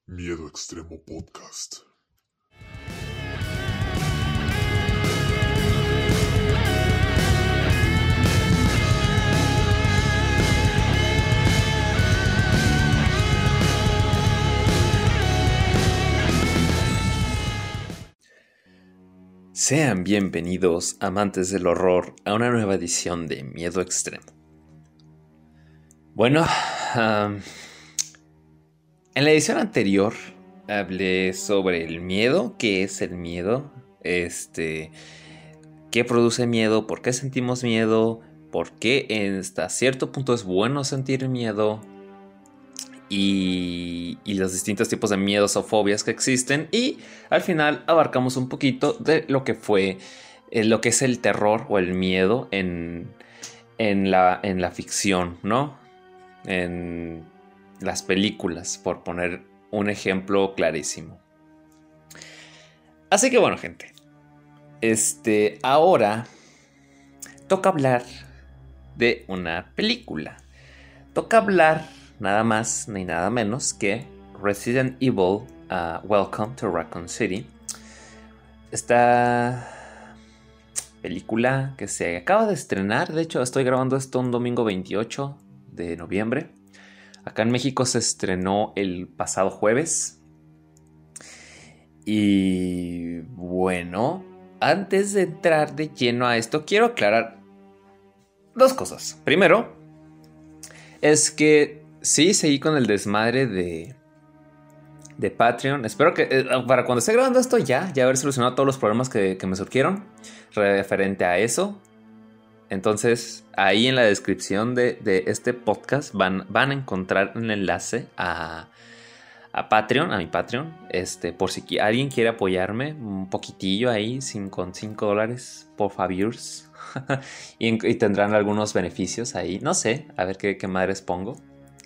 Miedo Extremo Podcast. Sean bienvenidos, amantes del horror, a una nueva edición de Miedo Extremo. Bueno, en la edición anterior hablé sobre el miedo, qué es el miedo, qué produce miedo, por qué sentimos miedo, por qué hasta cierto punto es bueno sentir miedo y los distintos tipos de miedos o fobias que existen, y al final abarcamos un poquito de lo que fue lo que es el terror o el miedo en la ficción, ¿no? En las películas, por poner un ejemplo clarísimo. Así que bueno, gente, ahora toca hablar de una película. Toca hablar nada más ni nada menos que Resident Evil Welcome to Raccoon City. Esta película que se acaba de estrenar, de hecho estoy grabando esto un domingo 28 de noviembre. Acá en México se estrenó el pasado jueves. Y bueno, antes de entrar de lleno a esto, quiero aclarar dos cosas. Primero, es que sí, seguí con el desmadre de Patreon. Espero que para cuando esté grabando esto ya haber solucionado todos los problemas que me surgieron referente a eso. Entonces, ahí en la descripción de este podcast van a encontrar un enlace a Patreon, a mi Patreon. Por si alguien quiere apoyarme un poquitillo ahí, con $5 por favors. y tendrán algunos beneficios ahí. No sé, a ver qué madres pongo.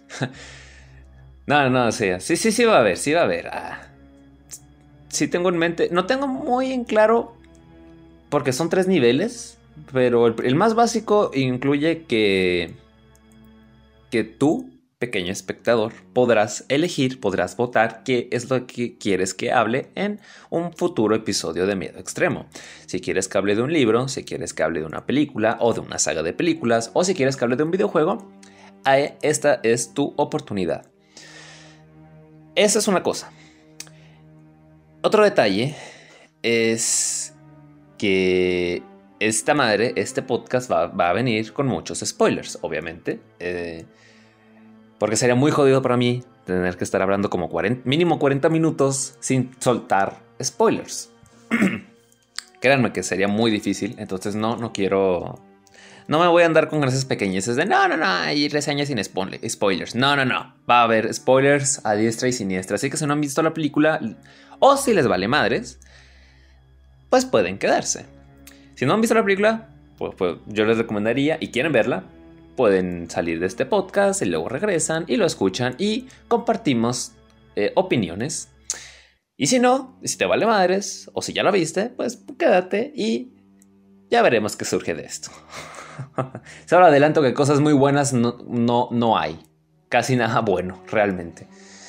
No, sí va a haber, sí va a haber. Sí tengo en mente, no tengo muy en claro, porque son 3 niveles, pero el más básico incluye que tú, pequeño espectador, podrás elegir, podrás votar qué es lo que quieres que hable en un futuro episodio de Miedo Extremo. Si quieres que hable de un libro, si quieres que hable de una película o de una saga de películas, o si quieres que hable de un videojuego, esta es tu oportunidad. Esa es una cosa. Otro detalle es que este podcast va a venir con muchos spoilers, obviamente. Porque sería muy jodido para mí tener que estar hablando como mínimo 40 minutos sin soltar spoilers. Créanme que sería muy difícil, entonces no quiero... No me voy a andar con esas pequeñeces de no, hay reseñas sin spoilers. No. Va a haber spoilers a diestra y siniestra. Así que si no han visto la película o si les vale madres, pues pueden quedarse. Si no han visto la película, pues yo les recomendaría, y quieren verla, pueden salir de este podcast y luego regresan y lo escuchan y compartimos opiniones. Y si no, si te vale madres o si ya la viste, pues quédate y ya veremos qué surge de esto. Solo adelanto que cosas muy buenas no hay. Casi nada bueno, realmente.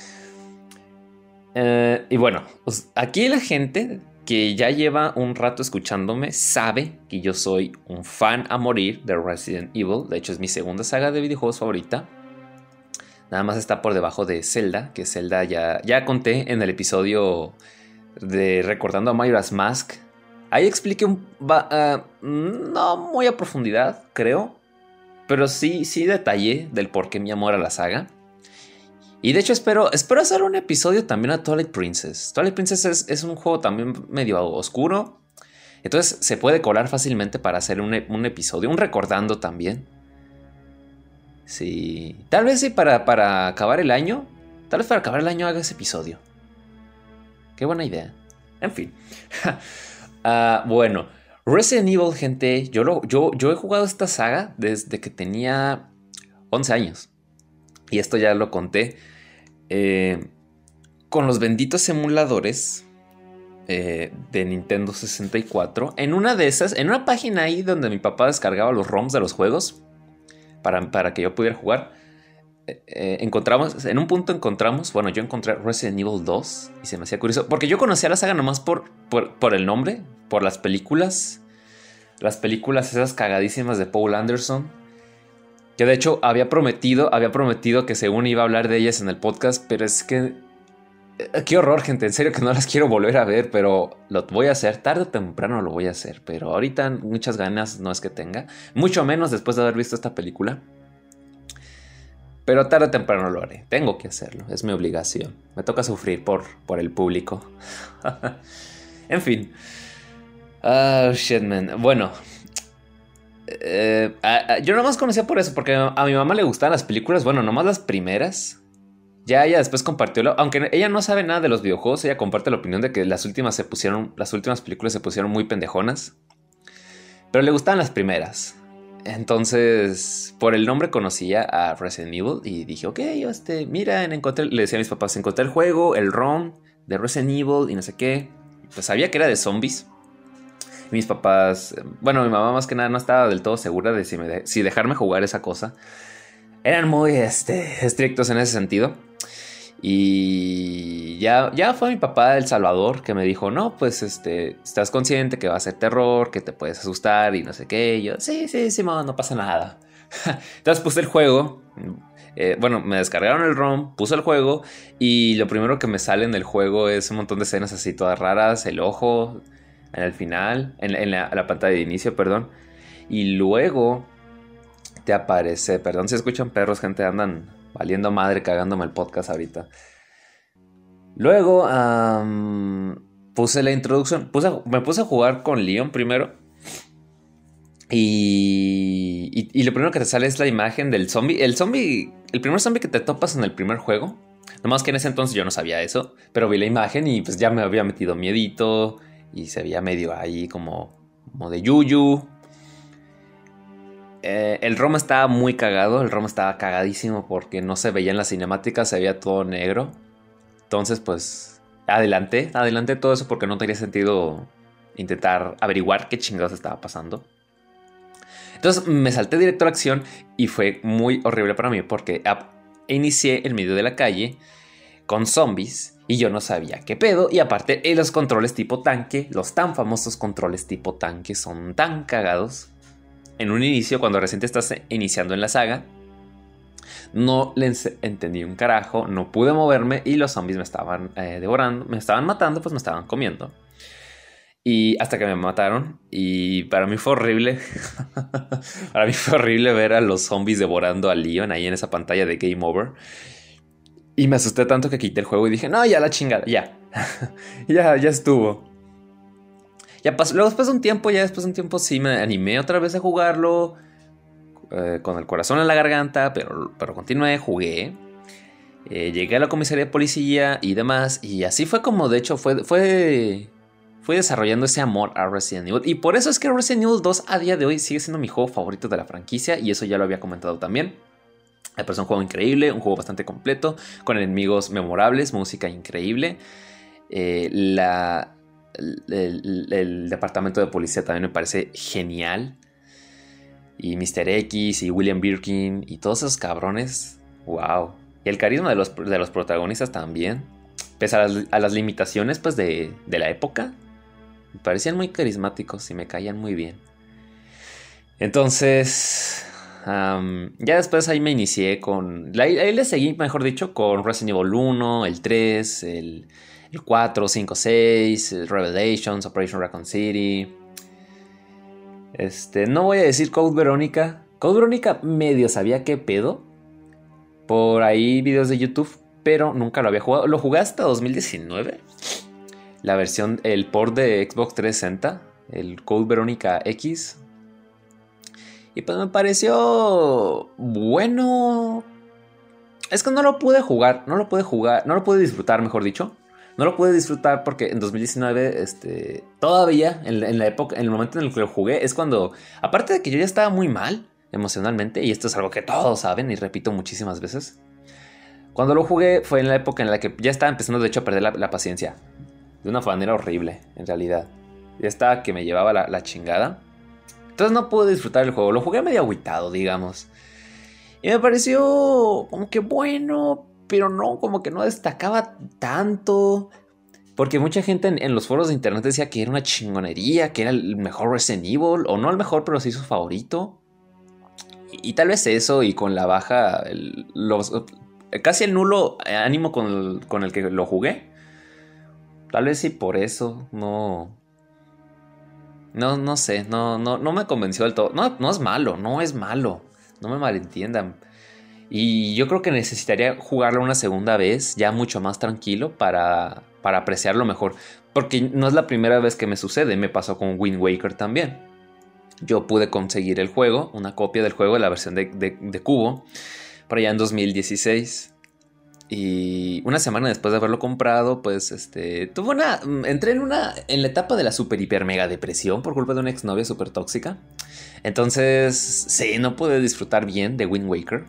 Y bueno, pues aquí la gente que ya lleva un rato escuchándome sabe que yo soy un fan a morir de Resident Evil. De hecho, es mi segunda saga de videojuegos favorita. Nada más está por debajo de Zelda, que Zelda ya conté en el episodio de Recordando a Majora's Mask. Ahí expliqué no muy a profundidad, creo, pero sí detallé del por qué mi amor a la saga. Y de hecho espero hacer un episodio también a Twilight Princess. Twilight Princess es un juego también medio oscuro, entonces se puede colar fácilmente para hacer un episodio, un recordando también. Sí, tal vez sí para acabar el año. Tal vez para acabar el año haga ese episodio. Qué buena idea. En fin. Bueno, Resident Evil, gente, yo he jugado esta saga desde que tenía 11 años. Y esto ya lo conté. Con los benditos emuladores de Nintendo 64. En una de esas, en una página ahí donde mi papá descargaba los ROMs de los juegos para que yo pudiera jugar. encontramos, en un punto encontramos, bueno, yo encontré Resident Evil 2 y se me hacía curioso, porque yo conocía la saga nomás por el nombre, por las películas esas cagadísimas de Paul Anderson, que de hecho había prometido que según iba a hablar de ellas en el podcast, pero es que qué horror, gente, en serio que no las quiero volver a ver, pero lo voy a hacer, tarde o temprano lo voy a hacer, pero ahorita muchas ganas no es que tenga, mucho menos después de haber visto esta película. Pero tarde o temprano lo haré. Tengo que hacerlo. Es mi obligación. Me toca sufrir por el público. En fin. Oh, shit, man. Bueno. Yo nomás conocía por eso. Porque a mi mamá le gustaban las películas. Bueno, nomás las primeras. Ya ella después compartió. Aunque ella no sabe nada de los videojuegos. Ella comparte la opinión de que las últimas películas se pusieron muy pendejonas. Pero le gustaban las primeras. Entonces, por el nombre conocía a Resident Evil y dije, ok, mira, le decía a mis papás, encontré el juego, el ROM de Resident Evil y no sé qué. Pues sabía que era de zombies. Y mis papás, bueno, mi mamá más que nada no estaba del todo segura de si dejarme jugar esa cosa. Eran muy estrictos en ese sentido. Y ya fue mi papá El Salvador que me dijo, no, pues estás consciente que va a ser terror, que te puedes asustar y no sé qué. Y yo, sí, no pasa nada. Entonces puse el juego. Bueno, me descargaron el ROM, puse el juego y lo primero que me sale en el juego es un montón de escenas así todas raras, el ojo en el final, en la pantalla de inicio, perdón. Y luego te aparece, perdón si escuchan perros, gente, andan valiendo madre, cagándome el podcast ahorita. Luego puse la introducción. Me puse a jugar con Leon primero. Y lo primero que te sale es la imagen del zombie. El primer zombie que te topas en el primer juego. Nomás que en ese entonces yo no sabía eso. Pero vi la imagen y pues ya me había metido miedito. Y se veía medio ahí como de yuyu. El ROM estaba muy cagado. El ROM estaba cagadísimo porque no se veía en las cinemáticas, se veía todo negro. Entonces, pues, adelanté todo eso porque no tenía sentido intentar averiguar qué chingados estaba pasando. Entonces me salté directo a la acción y fue muy horrible para mí porque inicié en medio de la calle con zombies y yo no sabía qué pedo. Y aparte, los controles tipo tanque, los tan famosos controles tipo tanque son tan cagados. En un inicio, cuando recién te estás iniciando en la saga, no les entendí un carajo, no pude moverme y los zombies me estaban devorando, me estaban matando, pues me estaban comiendo. Y hasta que me mataron y para mí fue horrible. Para mí fue horrible ver a los zombies devorando a Leon ahí en esa pantalla de Game Over. Y me asusté tanto que quité el juego y dije, no, ya la chingada, ya. ya estuvo. Luego después de un tiempo sí me animé otra vez a jugarlo con el corazón en la garganta, pero continué, jugué. Llegué a la comisaría de policía y demás. Y así fue como de hecho fue desarrollando ese amor a Resident Evil. Y por eso es que Resident Evil 2 a día de hoy sigue siendo mi juego favorito de la franquicia. Y eso ya lo había comentado también. Pero es un juego increíble, un juego bastante completo, con enemigos memorables, música increíble. El departamento de policía también me parece genial. Y Mr. X y William Birkin y todos esos cabrones. Wow. Y el carisma de los protagonistas también. Pese a las limitaciones pues, de la época. Me parecían muy carismáticos y me caían muy bien. Entonces, ya después ahí me inicié con... Ahí le seguí, mejor dicho, con Resident Evil 1, el 3, el 4, 5, 6, el Revelations, Operation Raccoon City. No voy a decir Code Verónica. Code Verónica medio sabía qué pedo. Por ahí videos de YouTube, pero nunca lo había jugado. Lo jugué hasta 2019. La versión, el port de Xbox 360, el Code Verónica X. Y pues me pareció bueno. Es que no lo pude jugar, no lo pude disfrutar, mejor dicho. No lo pude disfrutar porque en 2019, todavía, en la época, en el momento en el que lo jugué, es cuando, aparte de que yo ya estaba muy mal emocionalmente, y esto es algo que todos saben y repito muchísimas veces, cuando lo jugué fue en la época en la que ya estaba empezando de hecho a perder la paciencia, de una manera horrible, en realidad. Ya estaba que me llevaba la chingada. Entonces no pude disfrutar el juego, lo jugué medio agüitado, digamos. Y me pareció como que bueno, pero no, como que no destacaba tanto. Porque mucha gente en los foros de internet decía que era una chingonería, que era el mejor Resident Evil, o no el mejor, pero sí su favorito. Y tal vez eso, y con la baja, casi el nulo ánimo con el que lo jugué. Tal vez sí por eso, no sé, no me convenció del todo. No es malo, no es malo, no me malentiendan. Y yo creo que necesitaría jugarlo una segunda vez, ya mucho más tranquilo, para apreciarlo mejor. Porque no es la primera vez que me sucede, me pasó con Wind Waker también. Yo pude conseguir el juego, una copia del juego, la versión de cubo, por allá en 2016. Y una semana después de haberlo comprado, pues entré en la etapa de la super hiper mega depresión por culpa de una exnovia súper tóxica. Entonces, sí, no pude disfrutar bien de Wind Waker.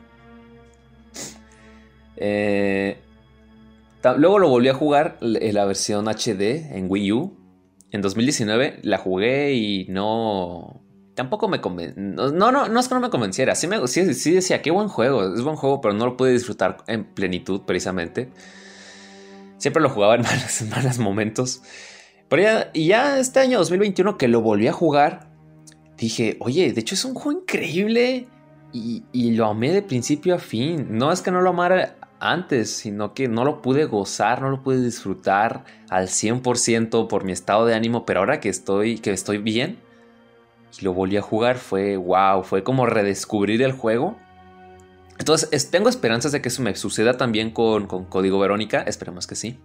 Luego lo volví a jugar en la versión HD en Wii U. En 2019 la jugué y no... Tampoco me convenció. No es que no me convenciera. Sí decía, qué buen juego. Es buen juego, pero no lo pude disfrutar en plenitud, precisamente. Siempre lo jugaba en malos momentos. Pero ya este año 2021 que lo volví a jugar, dije, oye, de hecho es un juego increíble. Y lo amé de principio a fin. No es que no lo amara antes, sino que no lo pude gozar, no lo pude disfrutar al 100% por mi estado de ánimo. Pero ahora que estoy bien y lo volví a jugar, fue wow, fue como redescubrir el juego. Entonces tengo esperanzas de que eso me suceda también con Código Verónica, esperemos que sí.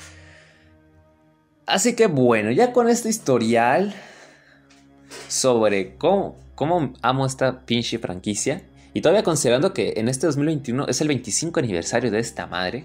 Así que bueno, ya con este historial sobre cómo amo esta pinche franquicia, y todavía considerando que en este 2021 es el 25 aniversario de esta madre.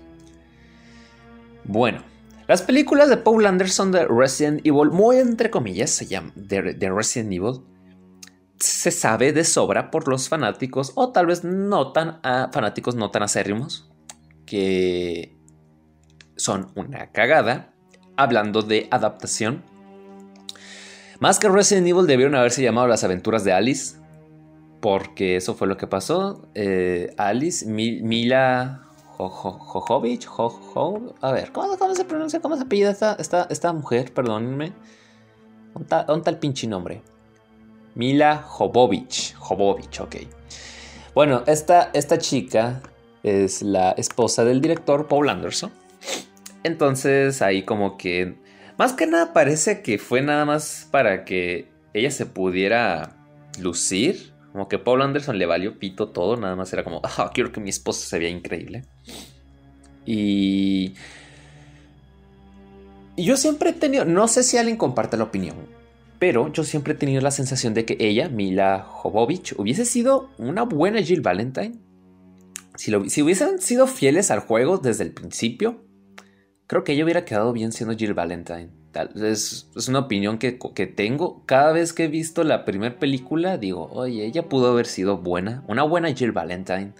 Bueno, las películas de Paul Anderson de Resident Evil, muy entre comillas, se llaman de Resident Evil, se sabe de sobra por los fanáticos, o tal vez no tan fanáticos, no tan acérrimos, que son una cagada. Hablando de adaptación, más que Resident Evil debieron haberse llamado Las Aventuras de Alice, porque eso fue lo que pasó. Alice, Mila Jovovich, a ver, ¿cómo se pronuncia? ¿Cómo se apellida esta mujer? Perdónenme. ¿Dónde está el pinche nombre? Mila Jovovich, ok. Bueno, esta chica es la esposa del director Paul Anderson. Entonces ahí como que, más que nada parece que fue nada más para que ella se pudiera lucir. Como que Paul Anderson le valió pito todo, nada más era como, quiero que mi esposa se vea increíble. Y yo siempre he tenido, no sé si alguien comparte la opinión, pero yo siempre he tenido la sensación de que ella, Mila Jovovich, hubiese sido una buena Jill Valentine. Si hubiesen sido fieles al juego desde el principio, creo que ella hubiera quedado bien siendo Jill Valentine. Es una opinión que tengo. Cada vez que he visto la primera película, digo, oye, ella pudo haber sido buena. Una buena Jill Valentine.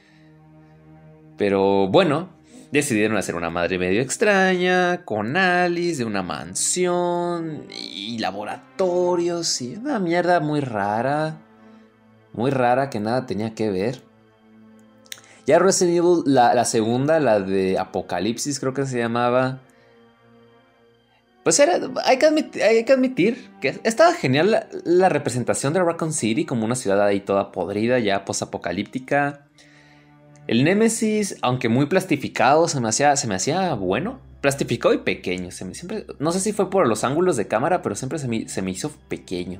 Pero bueno, decidieron hacer una madre medio extraña, con Alice, de una mansión y laboratorios y una mierda muy rara. Muy rara que nada tenía que ver. Ya Resident Evil, la segunda, la de Apocalipsis creo que se llamaba. Pues hay que admitir que estaba genial la representación de Raccoon City como una ciudad ahí toda podrida, ya posapocalíptica. El Némesis, aunque muy plastificado, se me hacía bueno. Plastificado y pequeño. Siempre, no sé si fue por los ángulos de cámara, pero siempre se me hizo pequeño.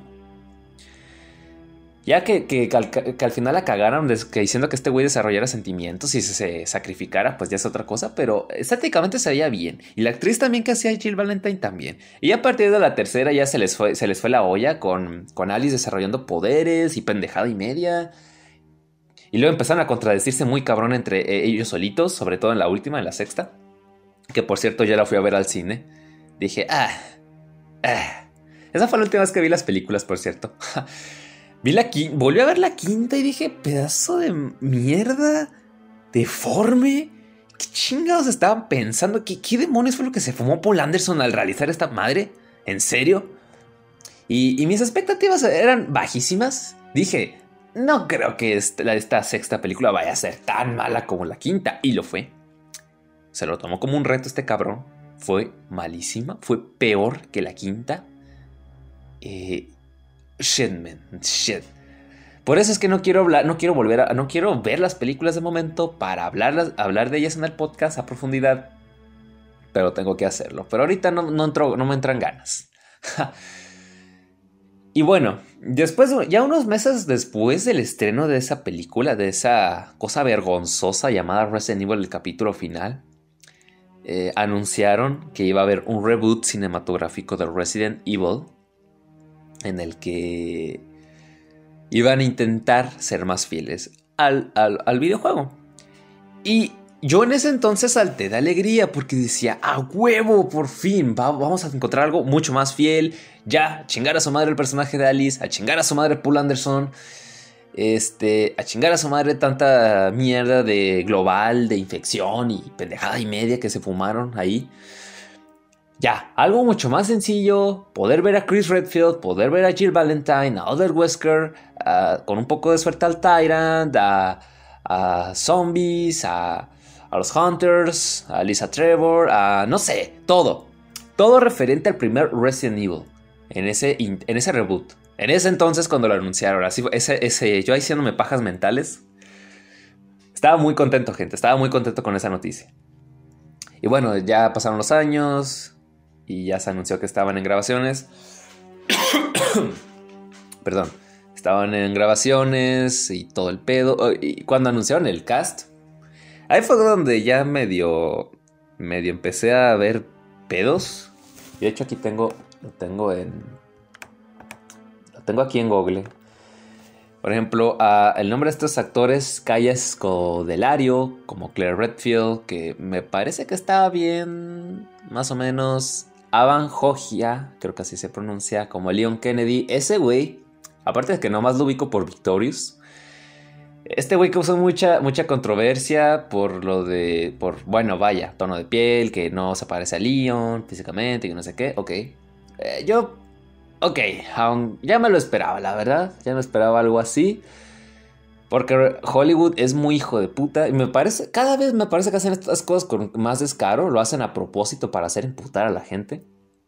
Ya que al final la cagaron diciendo que este güey desarrollara sentimientos y se sacrificara, pues ya es otra cosa, pero estéticamente se veía bien. Y la actriz también que hacía Jill Valentine también. Y a partir de la tercera ya se les fue la olla con Alice desarrollando poderes y pendejada y media. Y luego empezaron a contradecirse muy cabrón entre ellos solitos, sobre todo en la última, en la sexta. Que por cierto ya la fui a ver al cine. Dije, Esa fue la última vez que vi las películas, por cierto. Volví a ver la quinta y dije, pedazo de mierda, deforme. ¿Qué chingados estaban pensando? ¿Qué demonios fue lo que se fumó Paul Anderson al realizar esta madre? ¿En serio? Y mis expectativas eran bajísimas. Dije, no creo que esta sexta película vaya a ser tan mala como la quinta. Y lo fue. Se lo tomó como un reto este cabrón. Fue malísima. Fue peor que la quinta. Shit, man. Shit. Por eso es que no quiero ver las películas de momento para hablar de ellas en el podcast a profundidad. Pero tengo que hacerlo. Pero ahorita no me entran ganas. Y bueno, ya unos meses después del estreno de esa película, de esa cosa vergonzosa llamada Resident Evil, el capítulo final, anunciaron que iba a haber un reboot cinematográfico de Resident Evil en el que iban a intentar ser más fieles al videojuego. Y yo en ese entonces salté de alegría porque decía, ¡a huevo! Por fin, vamos a encontrar algo mucho más fiel. Ya, a chingar a su madre el personaje de Alice, a chingar a su madre Paul Anderson, a chingar a su madre tanta mierda de global, de infección y pendejada y media que se fumaron ahí. Ya, algo mucho más sencillo, poder ver a Chris Redfield, poder ver a Jill Valentine, a Alder Wesker, con un poco de suerte al Tyrant, a zombies, a los Hunters, a Lisa Trevor, no sé, todo referente al primer Resident Evil, en ese reboot. En ese entonces cuando lo anunciaron, así yo haciéndome pajas mentales, estaba muy contento, gente, estaba muy contento con esa noticia. Y bueno, ya pasaron los años y ya se anunció que estaban en grabaciones. Perdón, estaban en grabaciones y todo el pedo. Y cuando anunciaron el cast, ahí fue donde ya medio empecé a ver pedos. Y de hecho aquí lo tengo aquí en Google. Por ejemplo, el nombre de estos actores, Kaya Scodelario, como Claire Redfield, que me parece que estaba bien, más o menos. Avan Jogia, creo que así se pronuncia, como Leon Kennedy. Ese güey, aparte de que nomás lo ubico por Victorious, este güey causó mucha controversia por bueno, vaya, tono de piel, que no se parece a Leon físicamente y no sé qué. Ok, ya me lo esperaba, la verdad. Ya me esperaba algo así. Porque Hollywood es muy hijo de puta. Y cada vez me parece que hacen estas cosas con más descaro. Lo hacen a propósito para hacer imputar a la gente.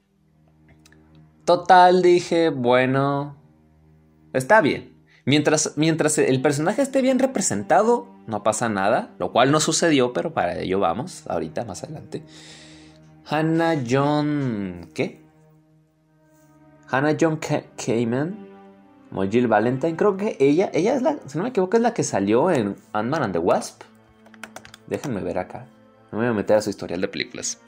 Total, dije, bueno, está bien. Mientras el personaje esté bien representado, no pasa nada. Lo cual no sucedió, pero para ello vamos, ahorita, más adelante. Hannah John... ¿qué? Hannah John Kamen, como Jill Valentine. Creo que ella es si no me equivoco, es la que salió en Ant-Man and the Wasp. Déjenme ver acá. No me voy a meter a su historial de películas.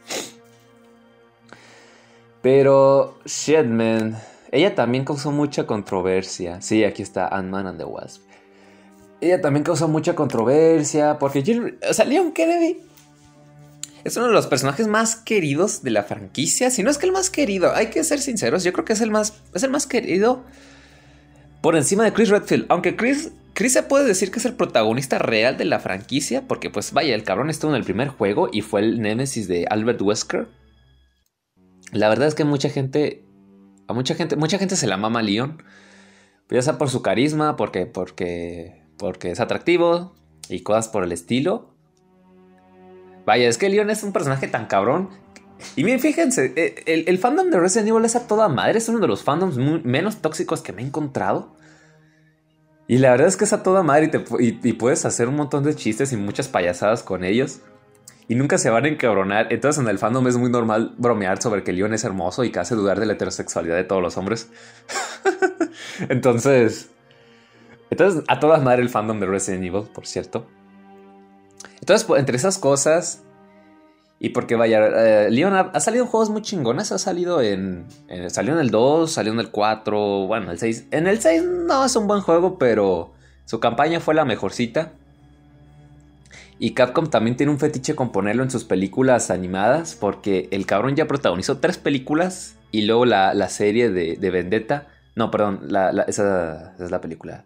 Pero, shit, man. Ella también causó mucha controversia. Sí, aquí está Ant-Man and the Wasp. Ella también causó mucha controversia porque Leon Kennedy es uno de los personajes más queridos de la franquicia. Si no es que el más querido, hay que ser sinceros. Yo creo que es el más querido por encima de Chris Redfield. Aunque Chris se puede decir que es el protagonista real de la franquicia. Porque pues vaya, el cabrón estuvo en el primer juego y fue el némesis de Albert Wesker. La verdad es que mucha gente se la mama a Leon. Ya sea por su carisma, porque es atractivo y cosas por el estilo. Vaya, es que Leon es un personaje tan cabrón. Y miren, fíjense, el fandom de Resident Evil es a toda madre. Es uno de los fandoms menos tóxicos que me he encontrado. Y la verdad es que es a toda madre y puedes hacer un montón de chistes y muchas payasadas con ellos. Y nunca se van a encabronar. Entonces en el fandom es muy normal bromear sobre que Leon es hermoso y que hace dudar de la heterosexualidad de todos los hombres. Entonces a toda madre el fandom de Resident Evil, por cierto. Entonces, entre esas cosas, y porque vaya, Leon ha salido en juegos muy chingones. Salió en el 2, salió en el 4, bueno, el 6. En el 6 no es un buen juego, pero su campaña fue la mejorcita. Y Capcom también tiene un fetiche con ponerlo en sus películas animadas, porque el cabrón ya protagonizó 3 películas y luego la serie de Vendetta. No, perdón, esa es la película.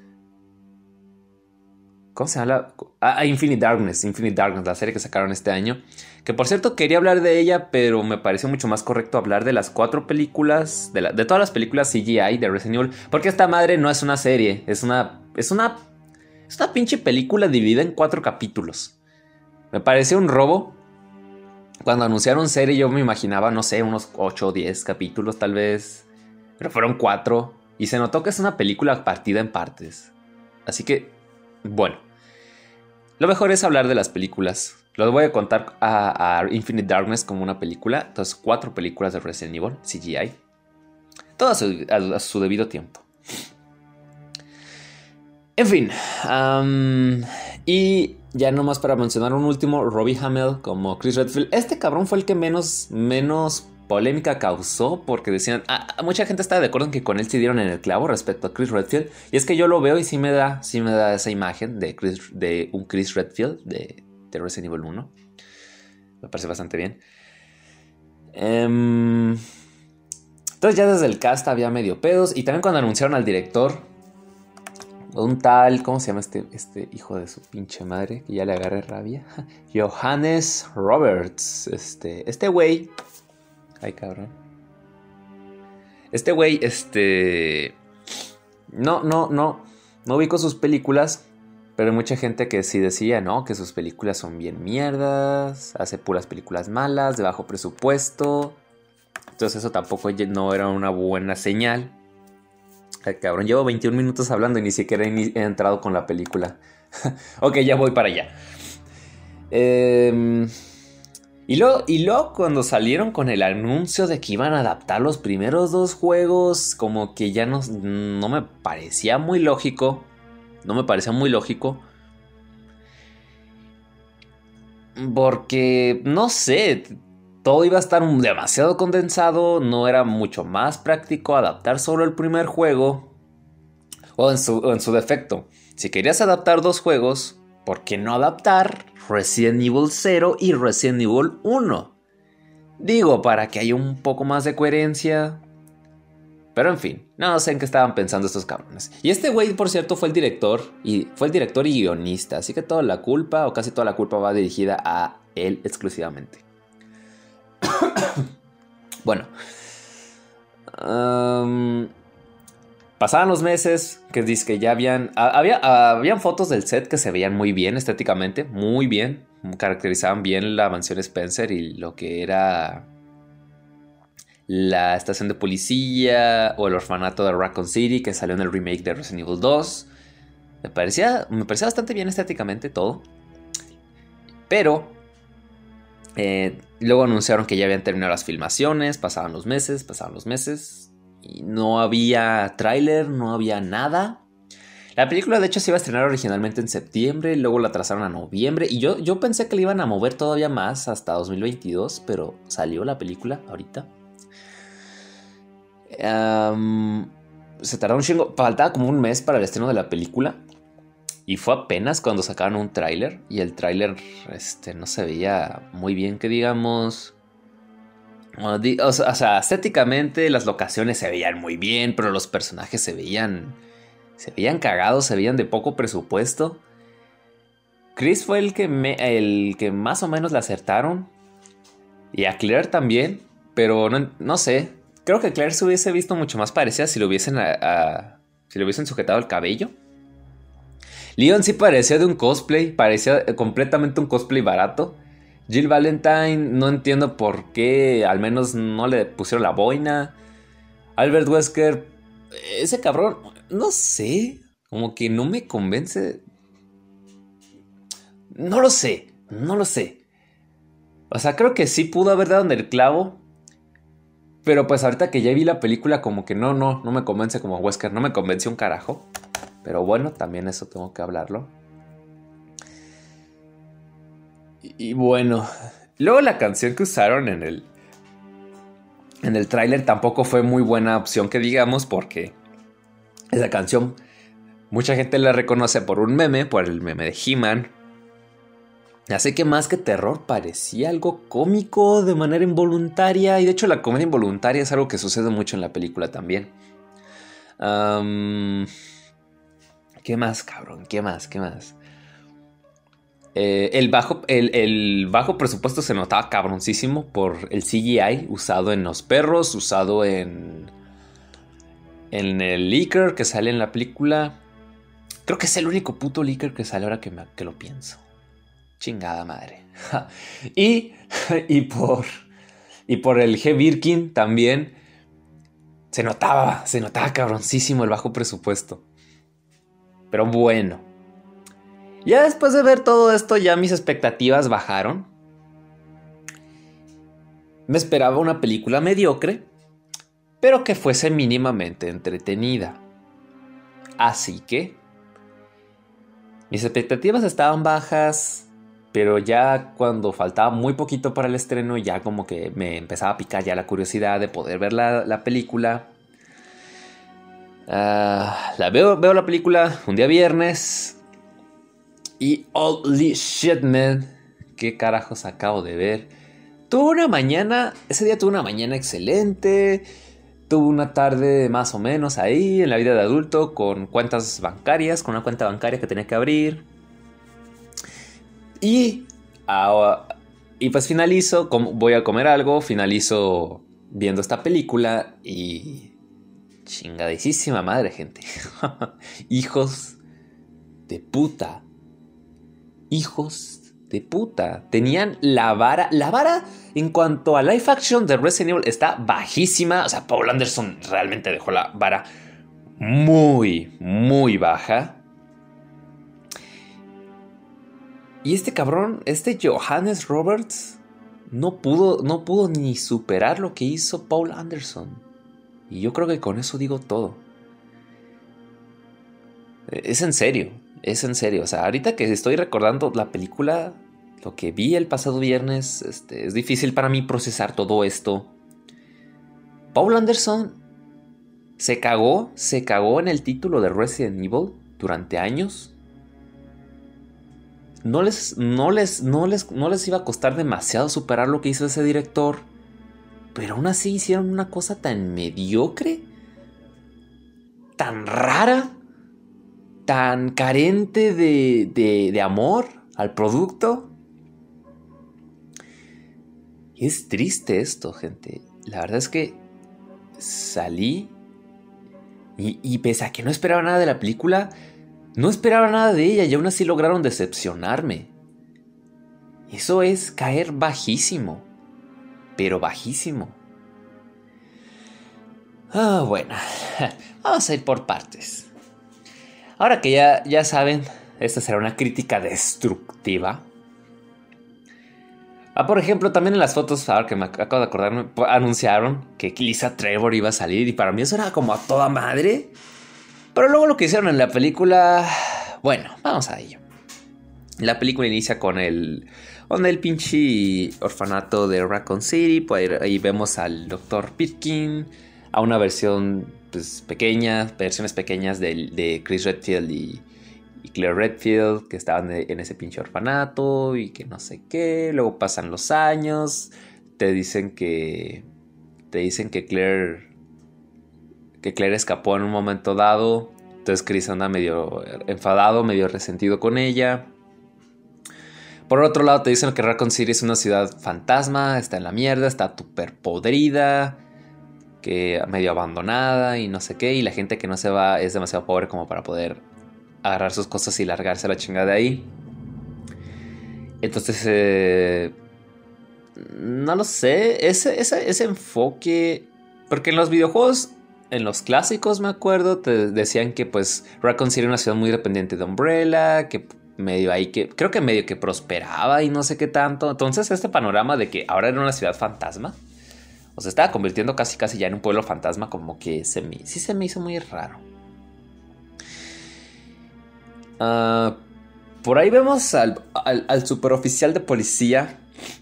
¿Cómo se llama? Infinite Darkness, la serie que sacaron este año. Que por cierto quería hablar de ella, pero me pareció mucho más correcto hablar de las 4 películas, de todas las películas CGI de Resident Evil. Porque esta madre no es una serie, es Es una pinche película dividida en 4 capítulos. Me pareció un robo. Cuando anunciaron serie yo me imaginaba, no sé, unos 8 o 10 capítulos tal vez. Pero fueron 4. Y se notó que es una película partida en partes. Así que, bueno. Lo mejor es hablar de las películas. Lo voy a contar a Infinite Darkness como una película. Entonces, 4 películas de Resident Evil, CGI. Todo a su debido tiempo. En fin. Y ya nomás para mencionar un último, Robbie Amell como Chris Redfield. Este cabrón fue el que menos polémica causó, porque decían, mucha gente está de acuerdo en que con él se dieron en el clavo respecto a Chris Redfield. Y es que yo lo veo y sí me da esa imagen de un Chris Redfield de Resident Evil 1. Me parece bastante bien. Entonces ya desde el cast había medio pedos. Y también cuando anunciaron al director, un tal, ¿cómo se llama este hijo de su pinche madre? Que ya le agarré rabia. Johannes Roberts. Este güey. Ay, cabrón. Este güey, no ubico sus películas. Pero hay mucha gente que sí decía, ¿no? Que sus películas son bien mierdas. Hace puras películas malas, de bajo presupuesto. Entonces eso tampoco no era una buena señal. Ay, cabrón, llevo 21 minutos hablando y ni siquiera he entrado con la película. Ok, ya voy para allá. Y luego cuando salieron con el anuncio de que iban a adaptar los primeros 2 juegos, como que ya no me parecía muy lógico. No me parecía muy lógico. Porque, no sé, todo iba a estar demasiado condensado. No era mucho más práctico adaptar solo el primer juego. O en su defecto. Si querías adaptar 2 juegos, ¿por qué no adaptar Resident Evil 0 y Resident Evil 1? Digo, para que haya un poco más de coherencia. Pero en fin, no sé en qué estaban pensando estos cabrones. Y este güey, por cierto, fue el director y guionista. Así que toda la culpa, o casi toda la culpa, va dirigida a él exclusivamente. Bueno. Pasaban los meses, que dice que ya habían fotos del set que se veían muy bien estéticamente, muy bien. Caracterizaban bien la mansión Spencer y lo que era la estación de policía o el orfanato de Raccoon City que salió en el remake de Resident Evil 2. Me parecía bastante bien estéticamente todo. Pero luego anunciaron que ya habían terminado las filmaciones. Pasaban los meses. Y no había tráiler, no había nada. La película de hecho se iba a estrenar originalmente en septiembre. Luego la trazaron a noviembre. Y yo pensé que la iban a mover todavía más hasta 2022. Pero salió la película ahorita. Se tardó un chingo. Faltaba como un mes para el estreno de la película. Y fue apenas cuando sacaron un tráiler. Y el tráiler no se veía muy bien, que digamos. O sea, estéticamente las locaciones se veían muy bien. Pero los personajes se veían cagados, se veían de poco presupuesto. Chris fue el que más o menos le acertaron. Y a Claire también. Pero no sé. Creo que Claire se hubiese visto mucho más parecida si le hubiesen sujetado el cabello. Leon sí parecía de un cosplay. Parecía completamente un cosplay barato. Jill Valentine, no entiendo por qué. Al menos no le pusieron la boina. Albert Wesker, ese cabrón, no sé. Como que no me convence. No lo sé. O sea, creo que sí pudo haber dado en el clavo. Pero pues ahorita que ya vi la película, como que no me convence como Wesker. No me convenció un carajo. Pero bueno, también eso tengo que hablarlo. Y bueno, luego la canción que usaron en el tráiler tampoco fue muy buena opción, que digamos, porque esa canción mucha gente la reconoce por el meme de He-Man. Así que más que terror parecía algo cómico de manera involuntaria. Y de hecho la comedia involuntaria es algo que sucede mucho en la película también. ¿Qué más, cabrón? ¿Qué más? El bajo presupuesto se notaba cabroncísimo por el CGI usado en los perros, usado en el Licker que sale en la película. Creo que es el único puto leaker que sale ahora que lo pienso. Chingada madre. y por el G. Birkin también se notaba cabroncísimo el bajo presupuesto. Pero bueno. Ya después de ver todo esto, ya mis expectativas bajaron. Me esperaba una película mediocre, pero que fuese mínimamente entretenida. Así que mis expectativas estaban bajas, pero ya cuando faltaba muy poquito para el estreno, ya como que me empezaba a picar ya la curiosidad de poder ver la película. Veo la película un día viernes. Y holy shit, man, ¿qué carajos acabo de ver? Ese día tuve una mañana excelente. Tuve una tarde más o menos ahí en la vida de adulto con cuentas bancarias, con una cuenta bancaria que tenía que abrir. Y pues finalizo, voy a comer algo, finalizo viendo esta película y chingadísima madre, gente. Hijos de puta. Hijos de puta. Tenían la vara en cuanto a live action de Resident Evil está bajísima. O sea, Paul Anderson realmente dejó la vara muy, muy baja. Y este cabrón, Johannes Roberts, no pudo ni superar lo que hizo Paul Anderson. Y yo creo que con eso digo todo. Es en serio. O sea, ahorita que estoy recordando la película, lo que vi el pasado viernes, es difícil para mí procesar todo esto. Paul Anderson se cagó en el título de Resident Evil durante años. No les iba a costar demasiado superar lo que hizo ese director, pero aún así hicieron una cosa tan mediocre, tan rara, tan carente de amor al producto. Y es triste esto, gente. La verdad es que salí y pese a que no esperaba nada de la película, no esperaba nada de ella y aún así lograron decepcionarme. Eso es caer bajísimo, pero bajísimo. Bueno, vamos a ir por partes. Ahora que ya saben, esta será una crítica destructiva. Por ejemplo, también en las fotos, ahora que me acabo de acordarme, anunciaron que Lisa Trevor iba a salir y para mí eso era como a toda madre. Pero luego lo que hicieron en la película, bueno, vamos a ello. La película inicia con el pinche orfanato de Raccoon City. Pues ahí vemos al Dr. Pitkin, a una versión versiones pequeñas de Chris Redfield y Claire Redfield, que estaban en ese pinche orfanato y que no sé qué. Luego pasan los años, te dicen que Claire escapó en un momento dado. Entonces Chris anda medio enfadado, medio resentido con ella. Por otro lado te dicen que Raccoon City es una ciudad fantasma, está en la mierda, está súper podrida, que medio abandonada y no sé qué, y la gente que no se va es demasiado pobre como para poder agarrar sus cosas y largarse a la chingada de ahí. Entonces no lo sé, ese enfoque, porque en los videojuegos, en los clásicos me acuerdo, te decían que pues Raccoon City era una ciudad muy dependiente de Umbrella, que creo que medio que prosperaba y no sé qué tanto. Entonces este panorama de que ahora era una ciudad fantasma, o se estaba convirtiendo casi ya en un pueblo fantasma, como que se me hizo muy raro. Por ahí vemos al superoficial de policía,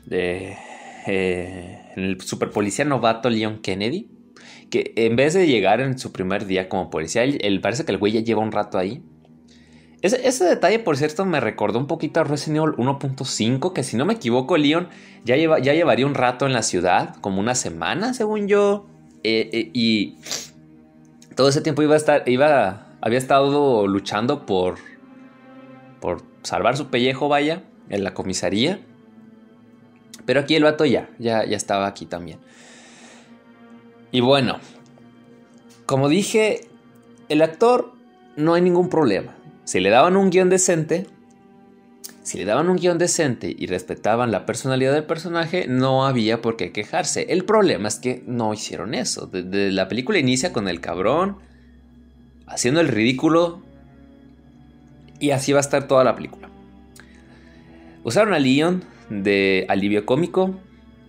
el superpolicía novato Leon Kennedy, que en vez de llegar en su primer día como policía, él parece que el güey ya lleva un rato ahí. Ese detalle, por cierto, me recordó un poquito a Resident Evil 1.5, que si no me equivoco, Leon ya llevaría un rato en la ciudad, como una semana, según yo. Y todo ese tiempo había estado luchando por salvar su pellejo, vaya, en la comisaría. Pero aquí el vato ya estaba aquí también. Y bueno, como dije, el actor no hay ningún problema. Si le daban un guión decente, y respetaban la personalidad del personaje, no había por qué quejarse. El problema es que no hicieron eso. La película inicia con el cabrón haciendo el ridículo y así va a estar toda la película. Usaron a Leon de alivio cómico.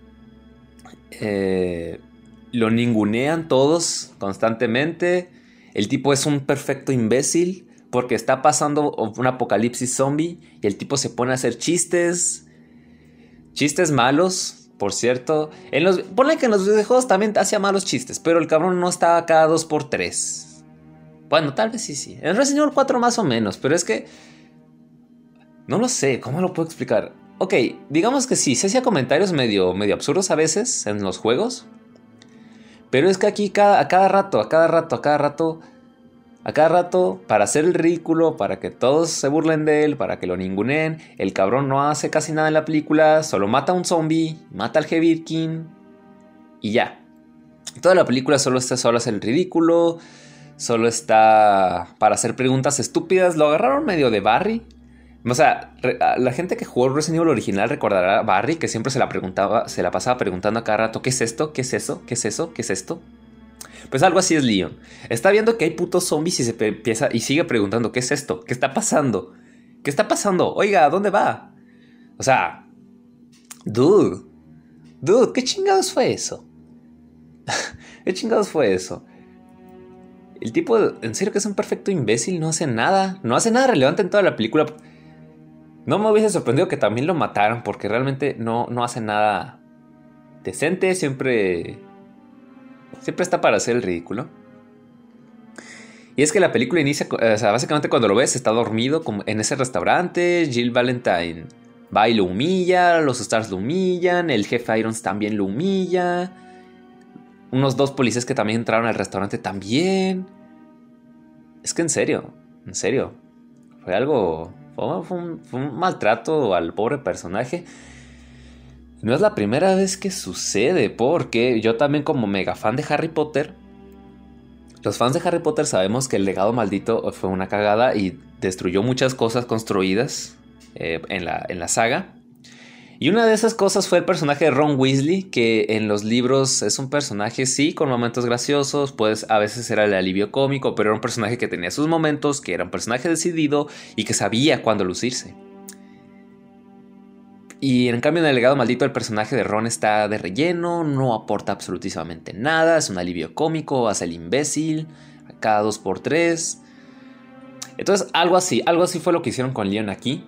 Lo ningunean todos constantemente. El tipo es un perfecto imbécil porque está pasando un apocalipsis zombie y el tipo se pone a hacer chistes malos, por cierto. Ponle que en los videojuegos también hacía malos chistes, pero el cabrón no estaba cada 2x3. Bueno, tal vez sí. En Resident Evil 4 más o menos, pero es que no lo sé, ¿cómo lo puedo explicar? Ok, digamos que sí, se hacía comentarios medio absurdos a veces en los juegos. Pero es que aquí a cada rato, para hacer el ridículo, para que todos se burlen de él, para que lo ninguneen, el cabrón no hace casi nada en la película, solo mata a un zombie, mata al G-Birkin y ya. Toda la película solo hace el ridículo, solo está para hacer preguntas estúpidas. Lo agarraron medio de Barry. O sea, la gente que jugó Resident Evil original recordará a Barry, que siempre se la pasaba preguntando a cada rato: ¿qué es esto? ¿Qué es eso? ¿Qué es eso? ¿Qué es esto? Pues algo así es Leon. Está viendo que hay putos zombies y sigue preguntando: ¿qué es esto? ¿Qué está pasando? ¿Qué está pasando? Oiga, ¿a dónde va? O sea, dude, ¿qué chingados fue eso? ¿Qué chingados fue eso? El tipo, en serio que es un perfecto imbécil, no hace nada relevante en toda la película. No me hubiese sorprendido que también lo mataran, porque realmente no hace nada decente. Siempre está para hacer el ridículo. Y es que la película inicia, o sea, básicamente cuando lo ves está dormido como en ese restaurante. Jill Valentine va y lo humilla, los Stars lo humillan, el jefe Irons también lo humilla, unos 2 policías que también entraron al restaurante también. Es que en serio, fue algo... Fue un maltrato al pobre personaje. No es la primera vez que sucede, porque yo también, como mega fan de Harry Potter, los fans de Harry Potter sabemos que el legado maldito fue una cagada y destruyó muchas cosas construidas en la saga. Y una de esas cosas fue el personaje de Ron Weasley, que en los libros es un personaje, sí, con momentos graciosos, pues a veces era el alivio cómico, pero era un personaje que tenía sus momentos, que era un personaje decidido y que sabía cuándo lucirse. Y en cambio en el legado maldito el personaje de Ron está de relleno, no aporta absolutamente nada, es un alivio cómico, hace el imbécil a cada 2x3. Entonces algo así fue lo que hicieron con Leon aquí.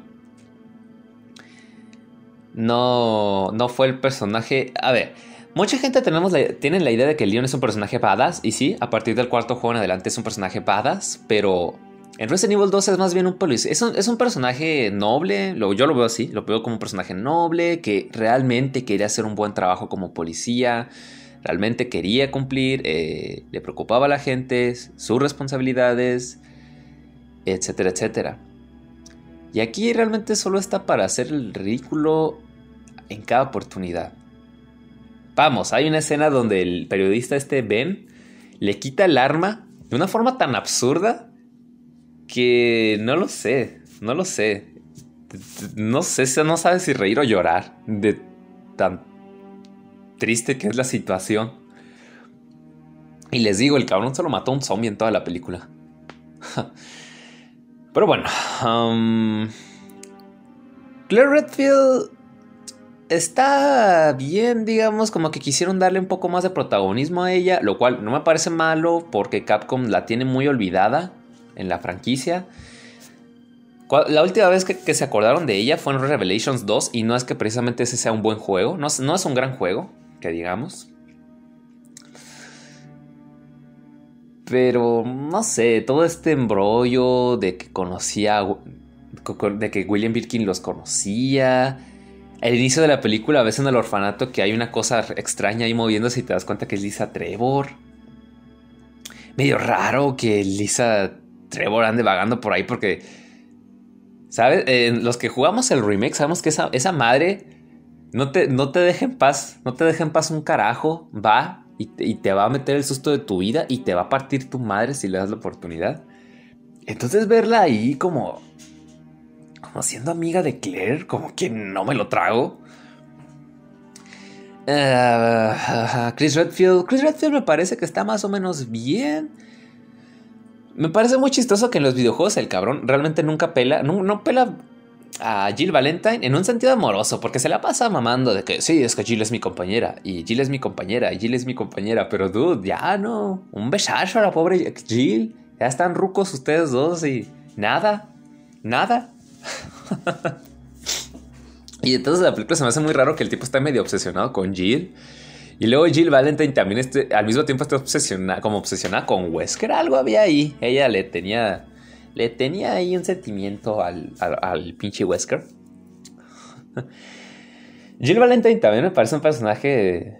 No fue el personaje... A ver, mucha gente tiene la idea de que Leon es un personaje badass. Y sí, a partir del 4º juego en adelante es un personaje badass. Pero en Resident Evil 2 es más bien un policía. Es un personaje noble. Yo lo veo así. Lo veo como un personaje noble que realmente quería hacer un buen trabajo como policía. Realmente quería cumplir. Le preocupaba a la gente, sus responsabilidades, etcétera, etcétera. Y aquí realmente solo está para hacer el ridículo en cada oportunidad. Vamos, hay una escena donde el periodista Ben le quita el arma de una forma tan absurda que no lo sé. No sabe si reír o llorar de tan triste que es la situación. Y les digo, el cabrón solo mató a un zombie en toda la película. Pero bueno, Claire Redfield está bien, digamos, como que quisieron darle un poco más de protagonismo a ella, lo cual no me parece malo porque Capcom la tiene muy olvidada en la franquicia. La última vez que se acordaron de ella fue en Revelations 2 y no es que precisamente ese sea un buen juego, no es un gran juego, que digamos. Pero no sé, todo este embrollo de que de que William Birkin los conocía. Al inicio de la película ves en el orfanato que hay una cosa extraña ahí moviéndose y te das cuenta que es Lisa Trevor. Medio raro que Lisa Trevor ande vagando por ahí porque, ¿sabes? Los que jugamos el remake sabemos que esa madre no te deja en paz. No te deja en paz un carajo. Y te va a meter el susto de tu vida y te va a partir tu madre si le das la oportunidad. Entonces verla ahí como siendo amiga de Claire, como que no me lo trago. Chris Redfield me parece que está más o menos bien. Me parece muy chistoso que en los videojuegos el cabrón realmente nunca pela, no pela a Jill Valentine en un sentido amoroso, porque se la pasa mamando de que sí, es que Jill es mi compañera, y Jill es mi compañera, y Jill es mi compañera, pero dude, ya no, un besazo a la pobre Jill, ya están rucos ustedes dos y nada. Y entonces la película se me hace muy raro que el tipo está medio obsesionado con Jill. Y luego Jill Valentine también al mismo tiempo está obsesionada con Wesker. Algo había ahí. Ella le tenía ahí un sentimiento al pinche Wesker. Jill Valentine también me parece un personaje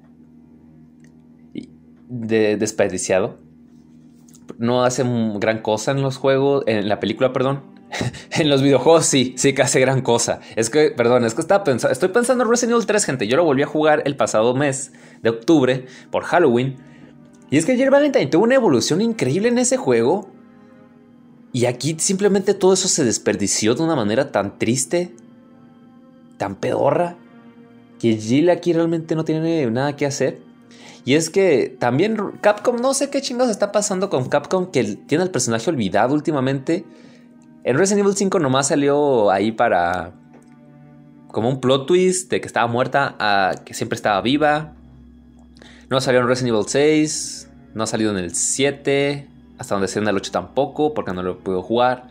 desperdiciado. No hace gran cosa en los juegos, en la película, perdón. En los videojuegos sí que hace gran cosa. Estoy pensando en Resident Evil 3, gente. Yo lo volví a jugar el pasado mes de octubre por Halloween. Y es que Jill Valentine tuvo una evolución increíble en ese juego. Y aquí simplemente todo eso se desperdició de una manera tan triste, tan pedorra, que Jill aquí realmente no tiene nada que hacer. Y es que también Capcom, no sé qué chingados está pasando con Capcom, que tiene el personaje olvidado últimamente. En Resident Evil 5 nomás salió ahí para como un plot twist de que estaba muerta a que siempre estaba viva. No salió en Resident Evil 6, no ha salido en el 7, hasta donde sea en el 8 tampoco, porque no lo puedo jugar.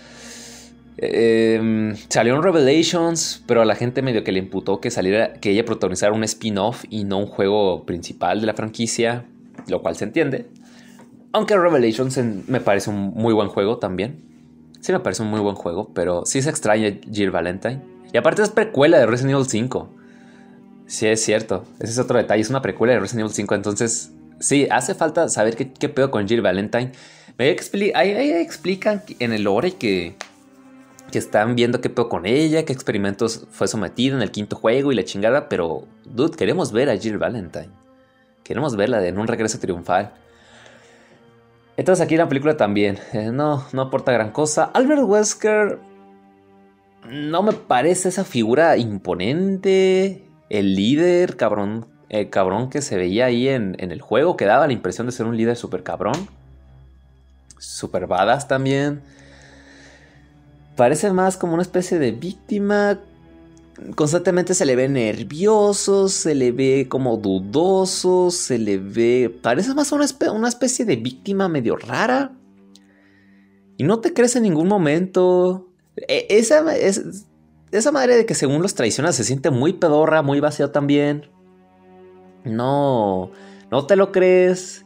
Salió en Revelations, pero a la gente medio que le imputó que ella protagonizara un spin-off y no un juego principal de la franquicia, lo cual se entiende. Aunque Revelations me parece un muy buen juego también. Sí me parece un muy buen juego, pero sí se extraña Jill Valentine. Y aparte es precuela de Resident Evil 5. Sí, es cierto. Ese es otro detalle. Es una precuela de Resident Evil 5. Entonces, sí, hace falta saber qué pedo con Jill Valentine. Ahí explican en el lore que están viendo qué pedo con ella, qué experimentos fue sometida en el quinto juego y la chingada. Pero, dude, queremos ver a Jill Valentine. Queremos verla en un regreso triunfal. Entonces aquí en la película también no aporta gran cosa. Albert Wesker no me parece esa figura imponente, el líder cabrón que se veía ahí en el juego, que daba la impresión de ser un líder super cabrón, super badass también. Parece más como una especie de víctima. Constantemente se le ve nervioso, se le ve como dudoso, parece más una especie de víctima medio rara. Y no te crees en ningún momento. Esa madre de que según los traiciona se siente muy pedorra, muy vacío también. No te lo crees.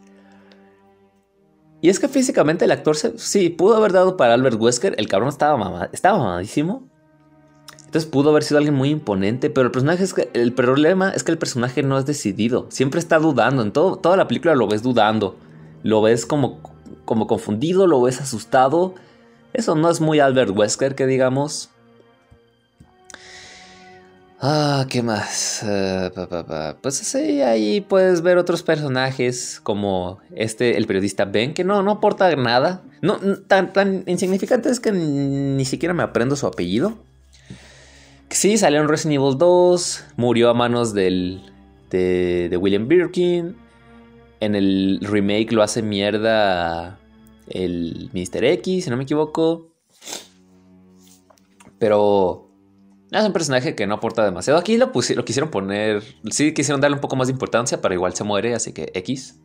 Y es que físicamente el actor sí pudo haber dado para Albert Wesker. El cabrón estaba mamadísimo. Entonces pudo haber sido alguien muy imponente, pero el problema es que el personaje no es decidido. Siempre está dudando. En toda la película lo ves dudando. Lo ves como confundido, lo ves asustado. Eso no es muy Albert Wesker, que digamos. ¿Qué más? Pues sí, ahí puedes ver otros personajes como el periodista Ben, que no aporta nada. No, tan insignificante es que ni siquiera me aprendo su apellido. Sí, salió en Resident Evil 2, murió a manos de William Birkin. En el remake lo hace mierda el Mr. X, si no me equivoco. Pero es un personaje que no aporta demasiado. Aquí lo quisieron poner. Sí, quisieron darle un poco más de importancia, pero igual se muere, así que X.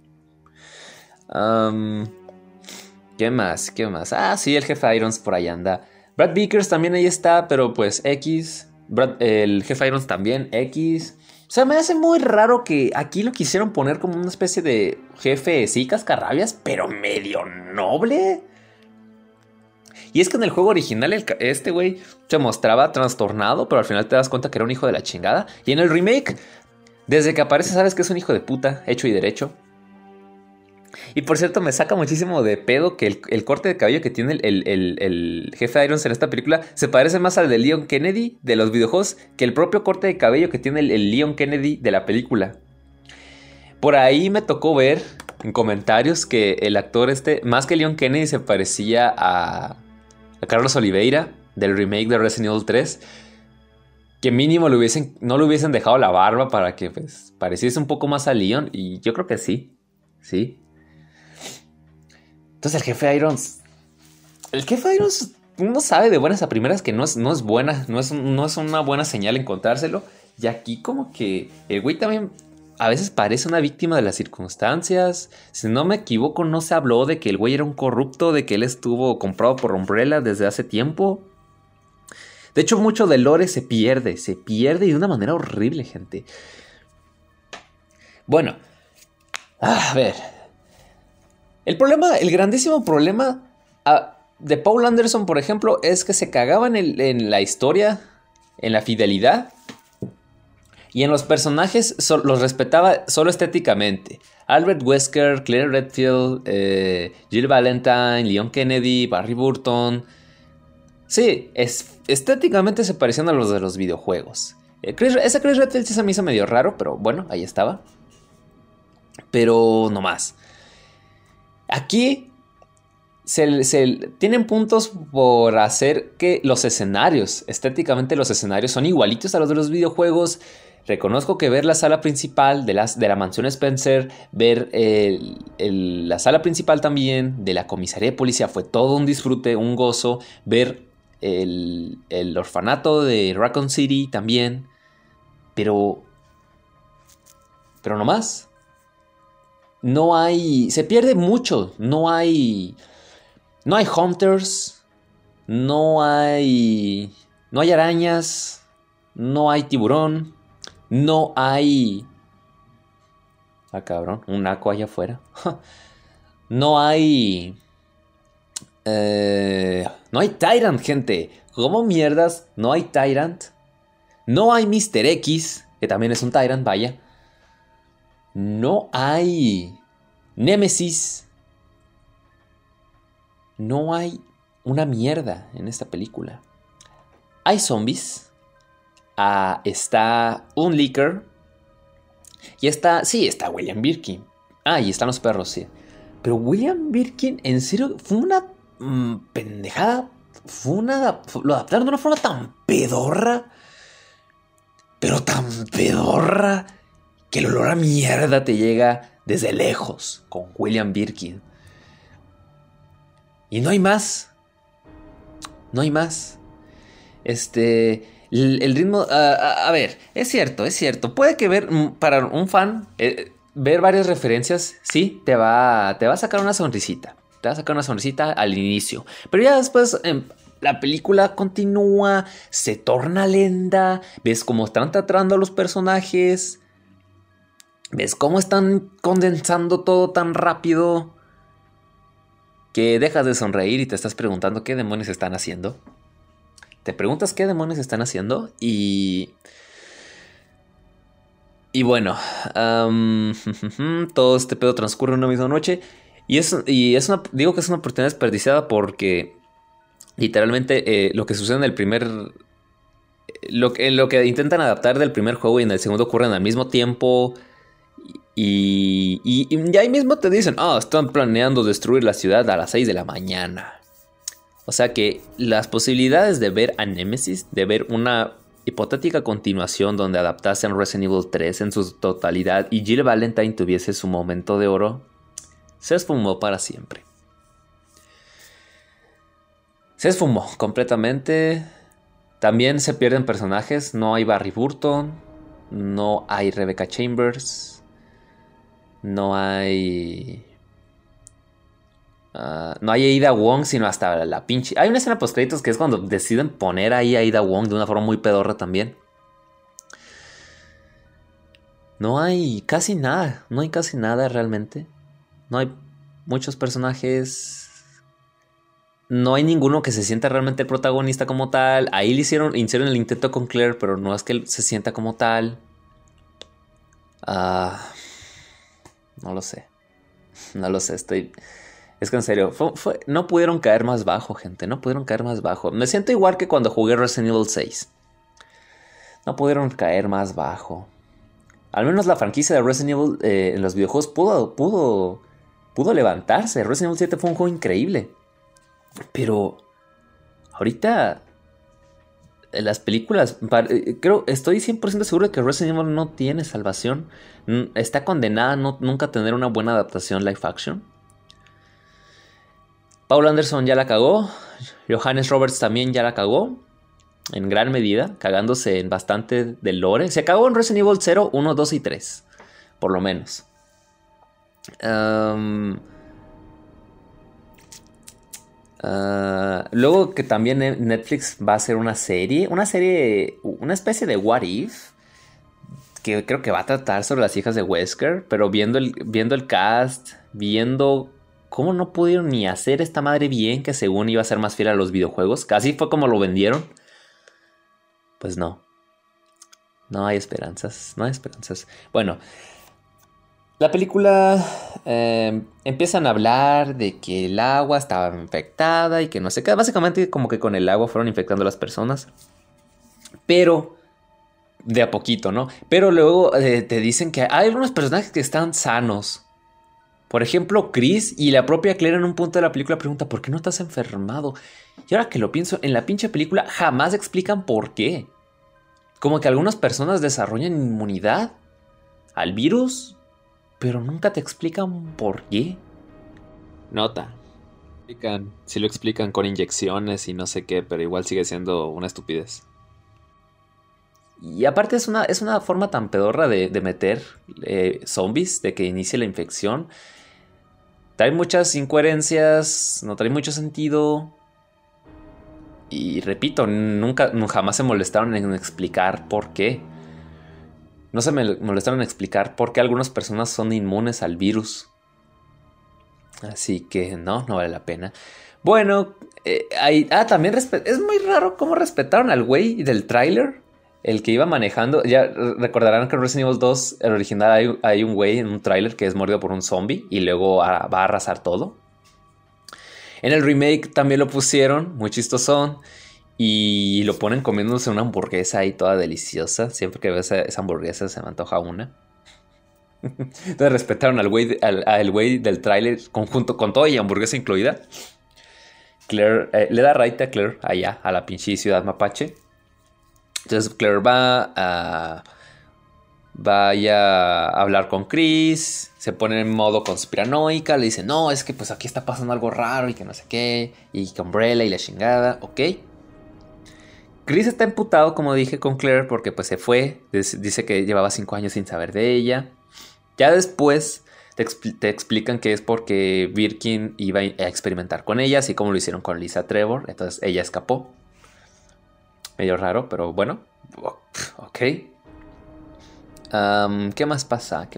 ¿Qué más? Sí, el jefe Irons por ahí anda. Brad Vickers también ahí está, pero pues X. El jefe Irons también X. O sea, me hace muy raro que aquí lo quisieron poner como una especie de jefe, sí, cascarrabias, pero medio noble. Y es que en el juego original este güey se mostraba trastornado, pero al final te das cuenta que era un hijo de la chingada. Y en el remake, desde que aparece sabes que es un hijo de puta, hecho y derecho. Y por cierto, me saca muchísimo de pedo que el corte de cabello que tiene el jefe Irons en esta película se parece más al de Leon Kennedy de los videojuegos que el propio corte de cabello que tiene el Leon Kennedy de la película. Por ahí me tocó ver en comentarios que el actor más que Leon Kennedy, se parecía a Carlos Oliveira del remake de Resident Evil 3. Que mínimo no le hubiesen dejado la barba para que pues, pareciese un poco más a Leon. Y yo creo que sí. Sí. Entonces el jefe Irons. El jefe Irons, uno sabe de buenas a primeras que no es buena. No es una buena señal encontrárselo. Y aquí como que el güey también a veces parece una víctima de las circunstancias. Si no me equivoco, no se habló de que el güey era un corrupto, de que él estuvo comprado por Umbrella desde hace tiempo. De hecho, mucho del lore se pierde de una manera horrible, gente. Bueno, a ver. El grandísimo problema de Paul Anderson, por ejemplo, es que se cagaba en la historia, en la fidelidad. Y en los personajes los respetaba solo estéticamente. Albert Wesker, Claire Redfield, Jill Valentine, Leon Kennedy, Barry Burton. Sí, estéticamente se parecían a los de los videojuegos. Ese Chris Redfield sí se me hizo medio raro, pero bueno, ahí estaba. Pero no más. Aquí tienen puntos por hacer que los escenarios, estéticamente los escenarios son igualitos a los de los videojuegos. Reconozco que ver la sala principal de la mansión Spencer, ver la sala principal también de la comisaría de policía fue todo un disfrute, un gozo. Ver el orfanato de Raccoon City también. Pero no más. No hay... Se pierde mucho. No hay hunters. No hay arañas. No hay tiburón. No hay... Ah, cabrón. Un naco allá afuera. No hay... no hay Tyrant, gente. ¿Cómo mierdas no hay Tyrant? No hay Mr. X, que también es un Tyrant, vaya. No hay Nemesis. No hay una mierda en esta película. Hay zombies. Está un Licker. Y está William Birkin. Y están los perros, sí. Pero William Birkin, en serio, fue una pendejada. Lo adaptaron de una forma tan pedorra. Pero tan pedorra que el olor a mierda te llega desde lejos con William Birkin. Y no hay más. No hay más. El ritmo... a ver, es cierto. Puede que para un fan, ver varias referencias, sí, te va a sacar una sonrisita. Te va a sacar una sonrisita al inicio. Pero ya después... la película continúa, se torna lenta, ves cómo están tratando a los personajes, ves cómo están condensando todo tan rápido que dejas de sonreír y te estás preguntando qué demonios están haciendo. Te preguntas qué demonios están haciendo y bueno, todo este pedo transcurre en una misma noche digo que es una oportunidad desperdiciada porque literalmente lo que sucede en el primer... Lo que intentan adaptar del primer juego y en el segundo ocurren al mismo tiempo. Y ahí mismo te dicen, están planeando destruir la ciudad a las 6 de la mañana. O sea que las posibilidades de ver a Nemesis, de ver una hipotética continuación donde adaptasen Resident Evil 3 en su totalidad y Jill Valentine tuviese su momento de oro, se esfumó para siempre. Se esfumó completamente. También se pierden personajes. No hay Barry Burton. No hay Rebecca Chambers. No hay... no hay Ada Wong, sino hasta la pinche... Hay una escena post créditos que es cuando deciden poner ahí a Ada Wong de una forma muy pedorra también. No hay casi nada. No hay casi nada realmente. No hay muchos personajes... No hay ninguno que se sienta realmente el protagonista como tal. Ahí hicieron el intento con Claire, pero no es que él se sienta como tal. No lo sé. No lo sé, es que en serio, no pudieron caer más bajo, gente. No pudieron caer más bajo. Me siento igual que cuando jugué Resident Evil 6. No pudieron caer más bajo. Al menos la franquicia de Resident Evil en los videojuegos pudo pudo levantarse. Resident Evil 7 fue un juego increíble. Pero ahorita las películas, estoy 100% seguro de que Resident Evil no tiene salvación. Está condenada a nunca tener una buena adaptación live action. Paul Anderson ya la cagó. Johannes Roberts también ya la cagó. En gran medida, cagándose en bastante del lore. Se cagó en Resident Evil 0, 1, 2 y 3. Por lo menos. Luego que también Netflix va a hacer una serie, una especie de What If, que creo que va a tratar sobre las hijas de Wesker, pero viendo el cast, viendo cómo no pudieron ni hacer esta madre bien, que según iba a ser más fiel a los videojuegos, casi fue como lo vendieron, pues no hay esperanzas, Bueno, la película empiezan a hablar de que el agua estaba infectada y que no sé qué. Básicamente como que con el agua fueron infectando a las personas. Pero de a poquito, ¿no? Pero luego te dicen que hay algunos personajes que están sanos. Por ejemplo, Chris y la propia Claire en un punto de la película pregunta ¿por qué no estás enfermado? Y ahora que lo pienso, en la pinche película jamás explican por qué. Como que algunas personas desarrollan inmunidad al virus, pero nunca te explican por qué. Nota. Sí lo explican con inyecciones y no sé qué, pero igual sigue siendo una estupidez. Y aparte es una forma tan pedorra de meter zombies, de que inicie la infección. Trae muchas incoherencias, no trae mucho sentido. Y repito, jamás se molestaron en explicar por qué. No se me molestaron en explicar por qué algunas personas son inmunes al virus. Así que no vale la pena. Bueno, también es muy raro cómo respetaron al güey del tráiler. El que iba manejando. Ya recordarán que en Resident Evil 2, el original, hay un güey en un tráiler que es mordido por un zombie y luego va a arrasar todo. En el remake también lo pusieron, muy chistosón. Y lo ponen comiéndose una hamburguesa ahí toda deliciosa. Siempre que veo esa hamburguesa se me antoja una. Entonces respetaron al güey del tráiler junto con todo y hamburguesa incluida. Claire le da raite a Claire allá, a la pinche ciudad mapache. Entonces Claire vaya a hablar con Chris. Se pone en modo conspiranoica. Le dice, no, es que pues aquí está pasando algo raro y que no sé qué. Y que Umbrella y la chingada, ok. Chris está emputado, como dije, con Claire porque pues se fue. Dice que llevaba 5 años sin saber de ella. Ya después te explican que es porque Birkin iba a experimentar con ella, así como lo hicieron con Lisa Trevor. Entonces ella escapó. Medio raro, pero bueno. Ok. ¿Qué más pasa?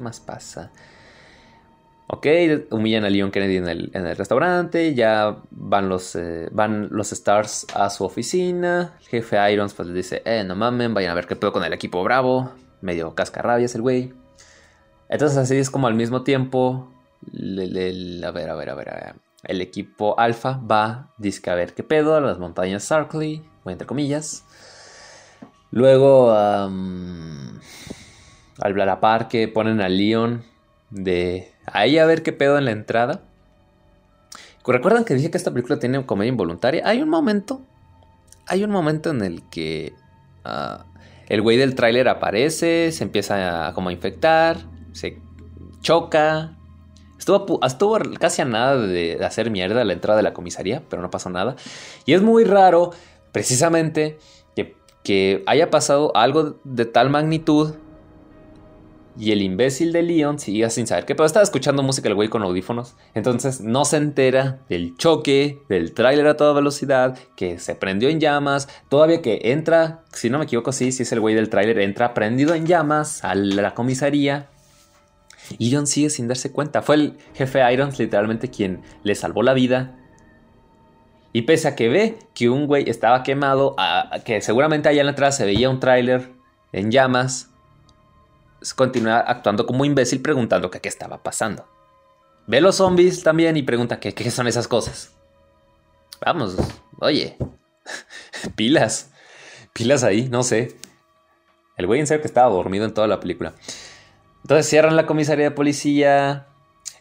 Ok, humillan a Leon Kennedy en el restaurante. Ya van los Stars a su oficina. El jefe Irons pues les dice, no mamen, vayan a ver qué pedo con el equipo Bravo. Medio cascarrabias el güey. Entonces así es como al mismo tiempo a ver. El equipo Alpha va a ver qué pedo a las montañas Sarkley, o entre comillas. Luego al la par que ponen a Leon ahí a ver qué pedo en la entrada. ¿Recuerdan que dije que esta película tiene comedia involuntaria? Hay un momento en el que el güey del tráiler aparece, se empieza a infectar, se choca. Estuvo casi a nada de hacer mierda a la entrada de la comisaría, pero no pasó nada. Y es muy raro, precisamente, que haya pasado algo de tal magnitud y el imbécil de Leon siga sin saber qué pedo. Estaba escuchando música el güey con audífonos. Entonces no se entera del choque, del tráiler a toda velocidad, que se prendió en llamas. Todavía que entra, si no me equivoco, sí es el güey del tráiler, entra prendido en llamas a la comisaría. Y Leon sigue sin darse cuenta. Fue el jefe Irons literalmente quien le salvó la vida. Y pese a que ve que un güey estaba quemado, que seguramente allá en la entrada se veía un tráiler en llamas, continúa actuando como imbécil preguntando qué estaba pasando. Ve los zombies también y pregunta qué son esas cosas. Vamos, oye, pilas ahí, no sé. El güey en serio que estaba dormido en toda la película. Entonces cierran la comisaría de policía.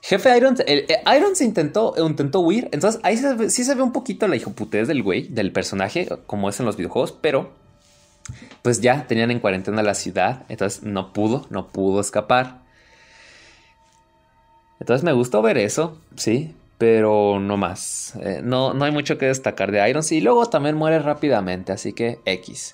Jefe Irons, Irons intentó huir. Entonces ahí sí se ve un poquito la hijoputez del güey, del personaje, como es en los videojuegos. Pero pues ya tenían en cuarentena la ciudad. Entonces no pudo escapar. Entonces me gustó ver eso, sí. Pero no más. No hay mucho que destacar de Irons. Y luego también muere rápidamente. Así que X.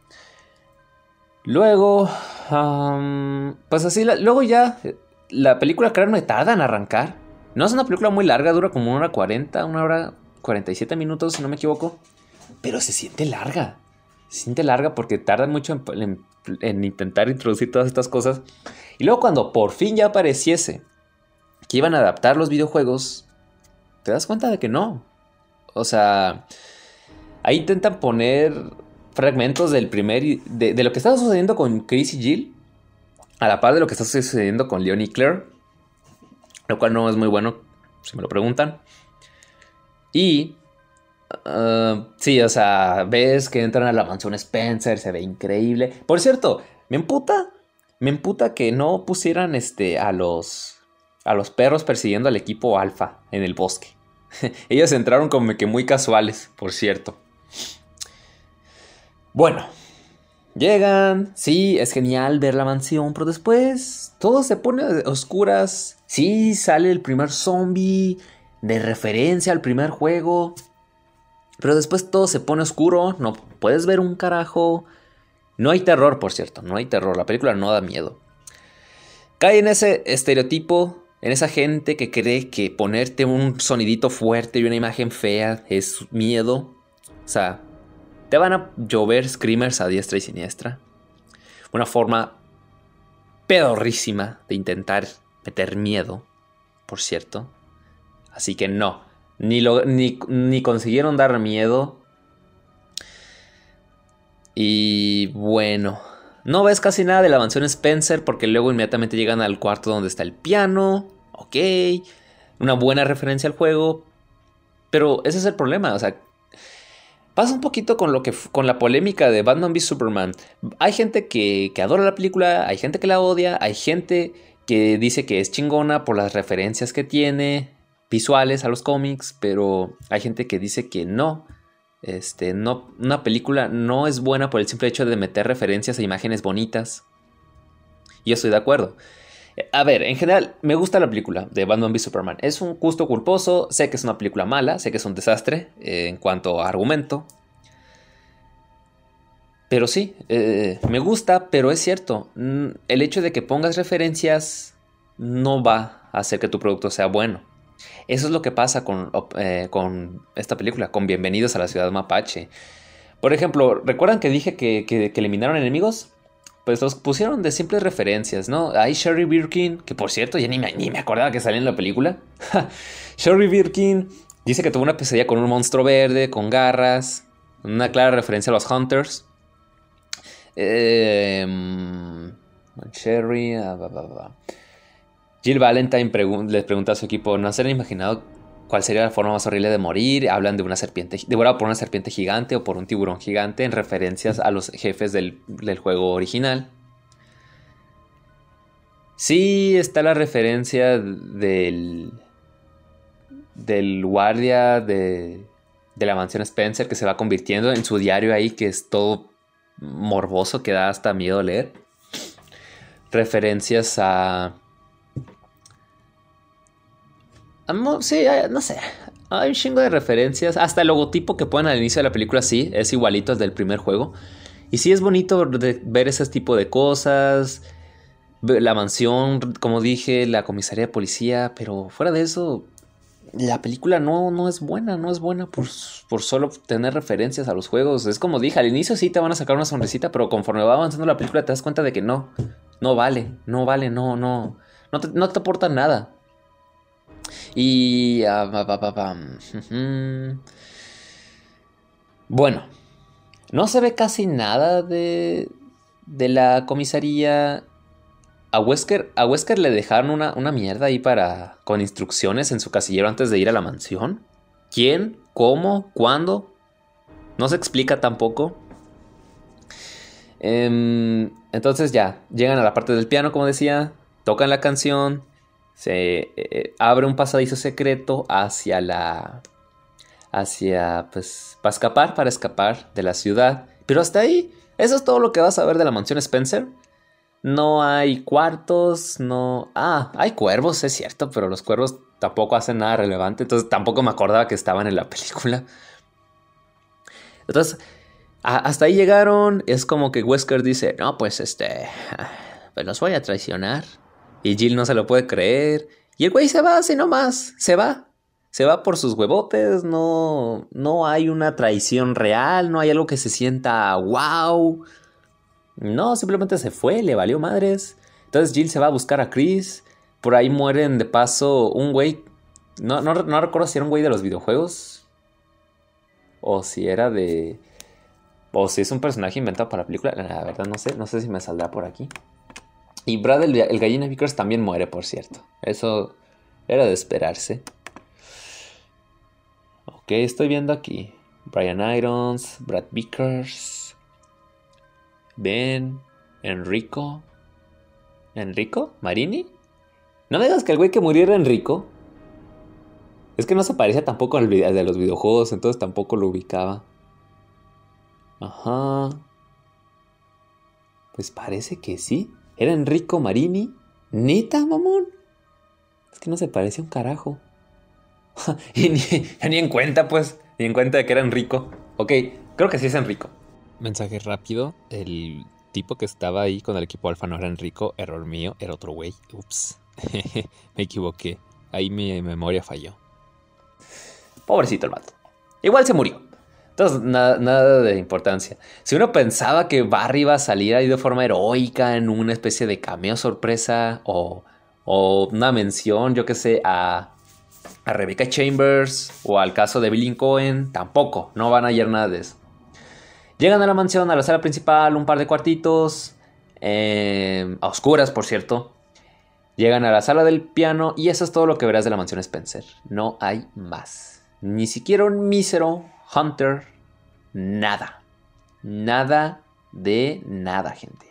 Luego, pues así, luego ya la película, creo, me tarda en arrancar. No es una película muy larga, dura como 1 hora 40, 1 hora 47 minutos, si no me equivoco. Pero se siente larga. Se siente larga porque tardan mucho en intentar introducir todas estas cosas. Y luego cuando por fin ya apareciese que iban a adaptar los videojuegos, te das cuenta de que no. O sea, ahí intentan poner fragmentos del de lo que está sucediendo con Chris y Jill, a la par de lo que está sucediendo con Leon y Claire, lo cual no es muy bueno, si me lo preguntan. Y sí, o sea, ves que entran a la mansión Spencer, se ve increíble. Por cierto, me emputa que no pusieran a los perros persiguiendo al equipo Alpha en el bosque. Ellos entraron como que muy casuales, por cierto. Bueno, llegan, sí, es genial ver la mansión, pero después todo se pone a oscuras. Sí, sale el primer zombie de referencia al primer juego, pero después todo se pone oscuro, no puedes ver un carajo. No hay terror, por cierto, no hay terror, la película no da miedo. Cae en ese estereotipo, en esa gente que cree que ponerte un sonidito fuerte y una imagen fea es miedo. O sea, te van a llover screamers a diestra y siniestra. Una forma pedorrísima de intentar meter miedo, por cierto. Así que no, ni consiguieron dar miedo. Y bueno, no ves casi nada de la mansión Spencer porque luego inmediatamente llegan al cuarto donde está el piano. Ok, una buena referencia al juego. Pero ese es el problema, o sea, pasa un poquito con la polémica de Batman v Superman. Hay gente que adora la película, hay gente que la odia, hay gente que dice que es chingona por las referencias que tiene visuales a los cómics, pero hay gente que dice que no. No, una película no es buena por el simple hecho de meter referencias a imágenes bonitas. Y yo estoy de acuerdo. A ver, en general, me gusta la película de Batman v Superman. Es un gusto culposo. Sé que es una película mala. Sé que es un desastre en cuanto a argumento. Pero sí, me gusta, pero es cierto. El hecho de que pongas referencias no va a hacer que tu producto sea bueno. Eso es lo que pasa con esta película, con Bienvenidos a la Ciudad Mapache. Por ejemplo, ¿recuerdan que dije que eliminaron enemigos? Pues los pusieron de simples referencias, ¿no? Hay Sherry Birkin, que por cierto ya ni me acordaba que salía en la película. Sherry Birkin dice que tuvo una pesadilla con un monstruo verde, con garras. Una clara referencia a los Hunters. Sherry... Jill Valentine les pregunta a su equipo, ¿no se han imaginado cuál sería la forma más horrible de morir? Hablan de una serpiente, devorada por una serpiente gigante o por un tiburón gigante, en referencias a los jefes del juego original. Sí, está la referencia del guardia de la mansión Spencer que se va convirtiendo en su diario ahí, que es todo morboso, que da hasta miedo leer. Referencias a... Sí, no sé. Hay un chingo de referencias. Hasta el logotipo que ponen al inicio de la película, sí, es igualito al del primer juego. Y sí es bonito ver ese tipo de cosas. La mansión, como dije, la comisaría de policía. Pero fuera de eso, la película no es buena. No es buena por solo tener referencias a los juegos. Es como dije, al inicio sí te van a sacar una sonrisita, pero conforme va avanzando la película te das cuenta de que no vale, no te aporta nada. Y... bueno, no se ve casi nada de la comisaría. A Wesker le dejaron una mierda ahí con instrucciones en su casillero antes de ir a la mansión. ¿Quién? ¿Cómo? ¿Cuándo? No se explica tampoco. Entonces ya, llegan a la parte del piano, como decía. Tocan la canción. Se abre un pasadizo secreto pues, para escapar de la ciudad. Pero hasta ahí, eso es todo lo que vas a ver de la mansión Spencer. No hay cuartos, no... Ah, hay cuervos, es cierto, pero los cuervos tampoco hacen nada relevante. Entonces tampoco me acordaba que estaban en la película. Entonces, hasta ahí llegaron. Es como que Wesker dice, no, pues pues los voy a traicionar. Y Jill no se lo puede creer. Y el güey se va así nomás, se va. Se va por sus huevotes, no hay una traición real, no hay algo que se sienta wow. No, simplemente se fue, le valió madres. Entonces Jill se va a buscar a Chris. Por ahí mueren de paso un güey. No recuerdo si era un güey de los videojuegos. O si era de... O si es un personaje inventado para la película. La verdad no sé si me saldrá por aquí. Y Brad el gallina Vickers también muere, por cierto. Eso era de esperarse. Ok, estoy viendo aquí. Brian Irons, Brad Vickers, Ben, Enrico. ¿Enrico? ¿Marini? No me digas que el güey que murió era Enrico. Es que no se parecía tampoco al de los videojuegos, entonces tampoco lo ubicaba. Ajá. Pues parece que sí. Era Enrico Marini. ¿Neta, mamón? Es que no se parece un carajo. Y ni en cuenta, pues. Ni en cuenta de que era Enrico. Ok, creo que sí es Enrico. Mensaje rápido. El tipo que estaba ahí con el equipo alfa no era Enrico. Error mío, era otro güey. Ups. Me equivoqué. Ahí mi memoria falló. Pobrecito el vato. Igual se murió. Entonces, nada de importancia. Si uno pensaba que Barry iba a salir ahí de forma heroica en una especie de cameo sorpresa o una mención, yo qué sé, a Rebecca Chambers o al caso de Billy Cohen, tampoco, no van a hallar nada de eso. Llegan a la mansión, a la sala principal, un par de cuartitos, a oscuras, por cierto. Llegan a la sala del piano y eso es todo lo que verás de la mansión Spencer. No hay más. Ni siquiera un mísero Hunter. Nada. Nada de nada, gente.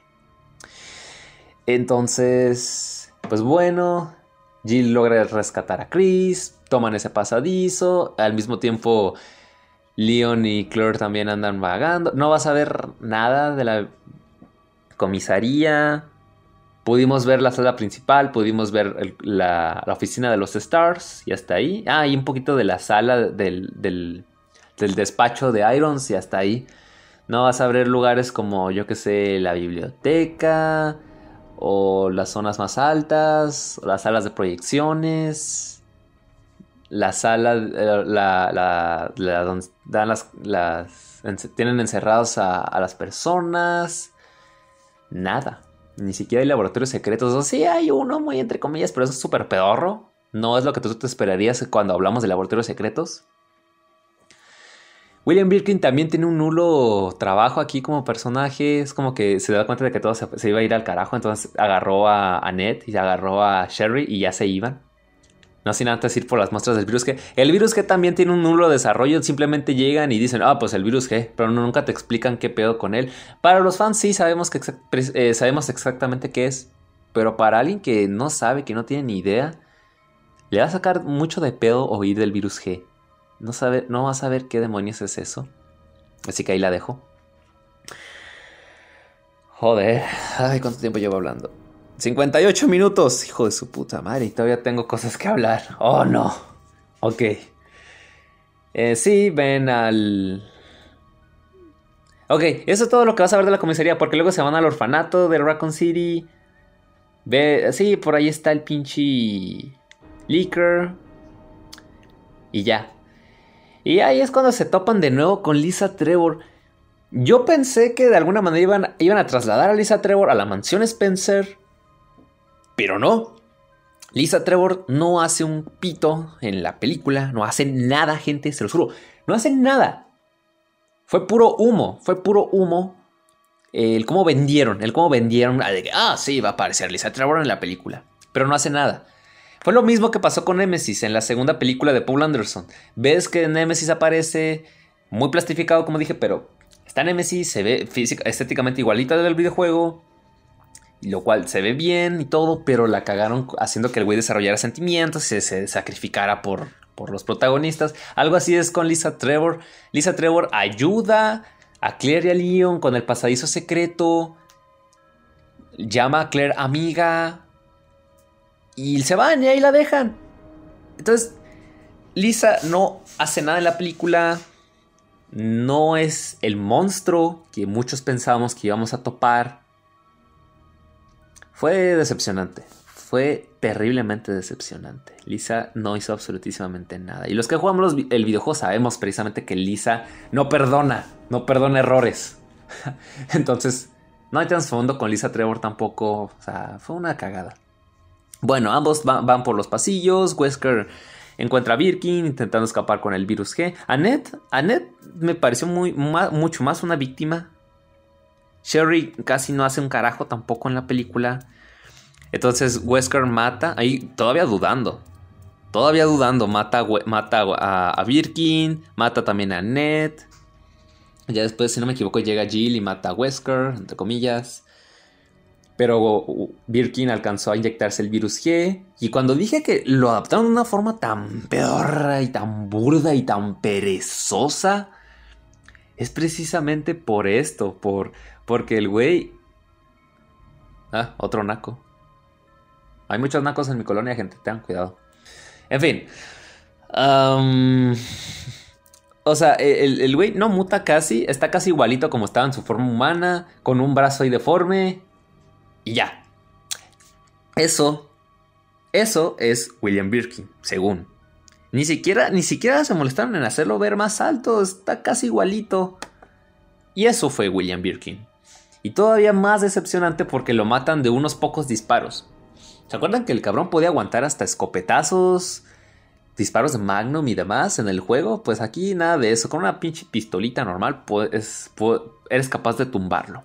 Entonces, pues bueno, Jill logra rescatar a Chris. Toman ese pasadizo. Al mismo tiempo, Leon y Claire también andan vagando. No vas a ver nada de la comisaría. Pudimos ver la sala principal, pudimos ver la oficina de los Stars y hasta ahí. Ah, y un poquito de la sala del despacho de Irons y hasta ahí. No vas a ver lugares como, yo que sé, la biblioteca o las zonas más altas, o las salas de proyecciones, la sala, donde dan tienen encerrados a las personas. Nada. Ni siquiera hay laboratorios secretos. O sí, hay uno muy entre comillas, pero eso es súper pedorro. No es lo que tú te esperarías cuando hablamos de laboratorios secretos. William Birkin también tiene un nulo trabajo aquí como personaje. Es como que se da cuenta de que todo se iba a ir al carajo. Entonces agarró a Ned y agarró a Sherry y ya se iban. No sin antes ir por las muestras del virus G. El virus G también tiene un nulo desarrollo. Simplemente llegan y dicen, pues el virus G. Pero nunca te explican qué pedo con él. Para los fans sí sabemos exactamente qué es. Pero para alguien que no sabe, que no tiene ni idea, le va a sacar mucho de pedo oír del virus G. No va a saber qué demonios es eso. Así que ahí la dejo. Joder. Ay, ¿cuánto tiempo llevo hablando? 58 minutos, hijo de su puta madre. Y todavía tengo cosas que hablar. Oh, no. Ok. Sí, ven al... Ok, eso es todo lo que vas a ver de la comisaría. Porque luego se van al orfanato de Raccoon City. Sí, por ahí está el pinche Leaker. Y ya. Y ahí es cuando se topan de nuevo con Lisa Trevor. Yo pensé que de alguna manera iban a trasladar a Lisa Trevor a la mansión Spencer. Pero no. Lisa Trevor no hace un pito en la película. No hace nada, gente, se lo juro. No hace nada. Fue puro humo. El cómo vendieron. Sí, va a aparecer Lisa Trevor en la película. Pero no hace nada. Fue lo mismo que pasó con Nemesis en la segunda película de Paul Anderson. Ves que Nemesis aparece muy plastificado, como dije, pero está Nemesis, se ve estéticamente igualita del videojuego. lo cual se ve bien y todo, pero la cagaron haciendo que el güey desarrollara sentimientos y se sacrificara por los protagonistas. Algo así es con Lisa Trevor. Lisa Trevor ayuda a Claire y a Leon con el pasadizo secreto, llama a Claire amiga y se van y ahí la dejan. Entonces, Lisa no hace nada en la película, no es el monstruo que muchos pensábamos que íbamos a topar. Fue decepcionante. Fue terriblemente decepcionante. Lisa no hizo absolutísimamente nada. Y los que jugamos el videojuego sabemos precisamente que Lisa no perdona errores. Entonces, no hay trasfondo con Lisa Trevor tampoco. O sea, fue una cagada. Bueno, ambos van por los pasillos. Wesker encuentra a Birkin intentando escapar con el virus G. Annette me pareció mucho más una víctima. Sherry casi no hace un carajo tampoco en la película. Entonces Wesker mata, ahí todavía dudando, mata a Birkin, mata también a Annette. Ya después, si no me equivoco, llega Jill y mata a Wesker, entre comillas. Pero Birkin alcanzó a inyectarse el virus G. Y cuando dije que lo adaptaron de una forma tan pedorra y tan burda y tan perezosa, es precisamente por esto, porque el güey... otro naco. Hay muchos nacos en mi colonia, gente, tengan cuidado. En fin. O sea, el güey no muta casi. Está casi igualito como estaba en su forma humana. Con un brazo ahí deforme. Y ya. Eso es William Birkin, según. Ni siquiera se molestaron en hacerlo ver más alto. Está casi igualito. Y eso fue William Birkin. Y todavía más decepcionante porque lo matan de unos pocos disparos. ¿Se acuerdan que el cabrón podía aguantar hasta escopetazos, disparos de Magnum y demás en el juego? Pues aquí nada de eso. Con una pinche pistolita normal eres capaz de tumbarlo.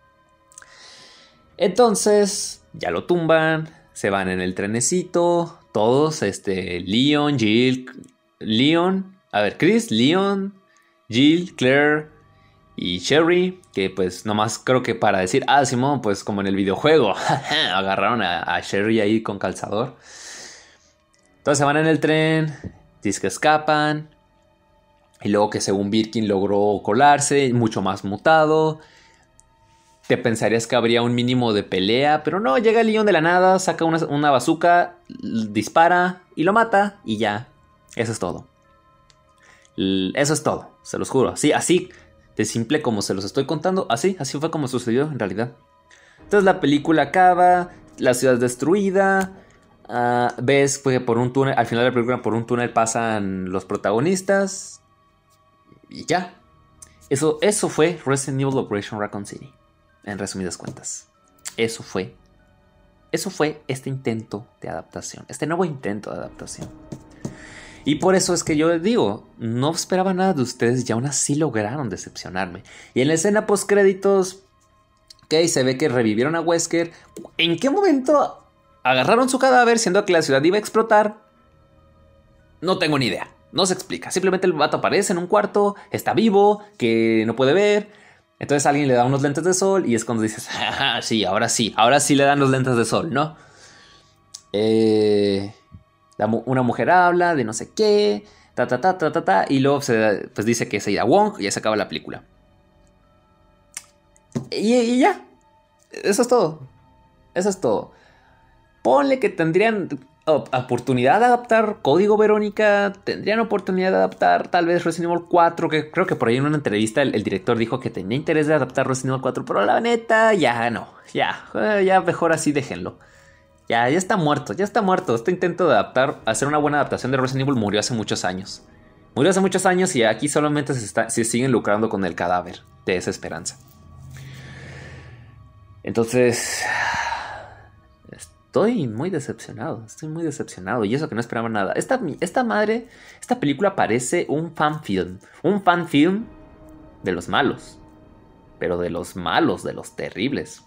Entonces, ya lo tumban. Se van en el trenecito. Todos, Leon, Jill, Chris, Leon, Jill, Claire y Sherry, que pues nomás creo que para decir, Simón, pues como en el videojuego, agarraron a Sherry ahí con calzador. Entonces se van en el tren, dicen que escapan, y luego que según Birkin logró colarse, mucho más mutado. Te pensarías que habría un mínimo de pelea, pero no, llega el Leon de la nada, saca una bazooka, dispara y lo mata, y ya, eso es todo. Eso es todo, se los juro, así de simple como se los estoy contando, así fue como sucedió en realidad. Entonces la película acaba, la ciudad es destruida, ves que por un túnel, al final de la película por un túnel pasan los protagonistas y ya. Eso fue Resident Evil Operation Raccoon City, en resumidas cuentas. Eso fue este intento de adaptación, este nuevo intento de adaptación. Y por eso es que yo digo, no esperaba nada de ustedes y aún así lograron decepcionarme. Y en la escena post créditos, se ve que revivieron a Wesker. ¿En qué momento agarraron su cadáver siendo que la ciudad iba a explotar? No tengo ni idea, no se explica. Simplemente el vato aparece en un cuarto, está vivo, que no puede ver. Entonces alguien le da unos lentes de sol y es cuando dices, sí, ahora sí le dan los lentes de sol, ¿no? Una mujer habla de no sé qué, y luego pues dice que es Ada Wong y ya se acaba la película. Y ya, eso es todo. Ponle que tendrían oportunidad de adaptar Código Verónica, tendrían oportunidad de adaptar tal vez Resident Evil 4, que creo que por ahí en una entrevista el director dijo que tenía interés de adaptar Resident Evil 4, pero la neta ya no, ya mejor así déjenlo. Ya está muerto. Este intento de hacer una buena adaptación de Resident Evil murió hace muchos años. Y aquí solamente se siguen lucrando con el cadáver de esa esperanza. Entonces, estoy muy decepcionado. Y eso que no esperaba nada. Esta película parece un fanfilm. Un fanfilm de los malos. Pero de los malos, de los terribles.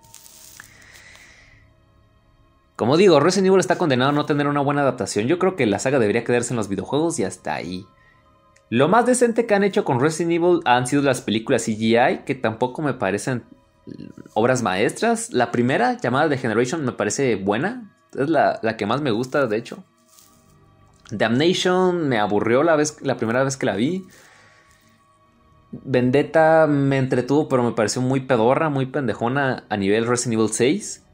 Como digo, Resident Evil está condenado a no tener una buena adaptación. Yo creo que la saga debería quedarse en los videojuegos y hasta ahí. Lo más decente que han hecho con Resident Evil han sido las películas CGI, que tampoco me parecen obras maestras. La primera, llamada The Generation, me parece buena. Es la que más me gusta, de hecho. Damnation me aburrió la primera vez que la vi. Vendetta me entretuvo, pero me pareció muy pedorra, muy pendejona a nivel Resident Evil 6.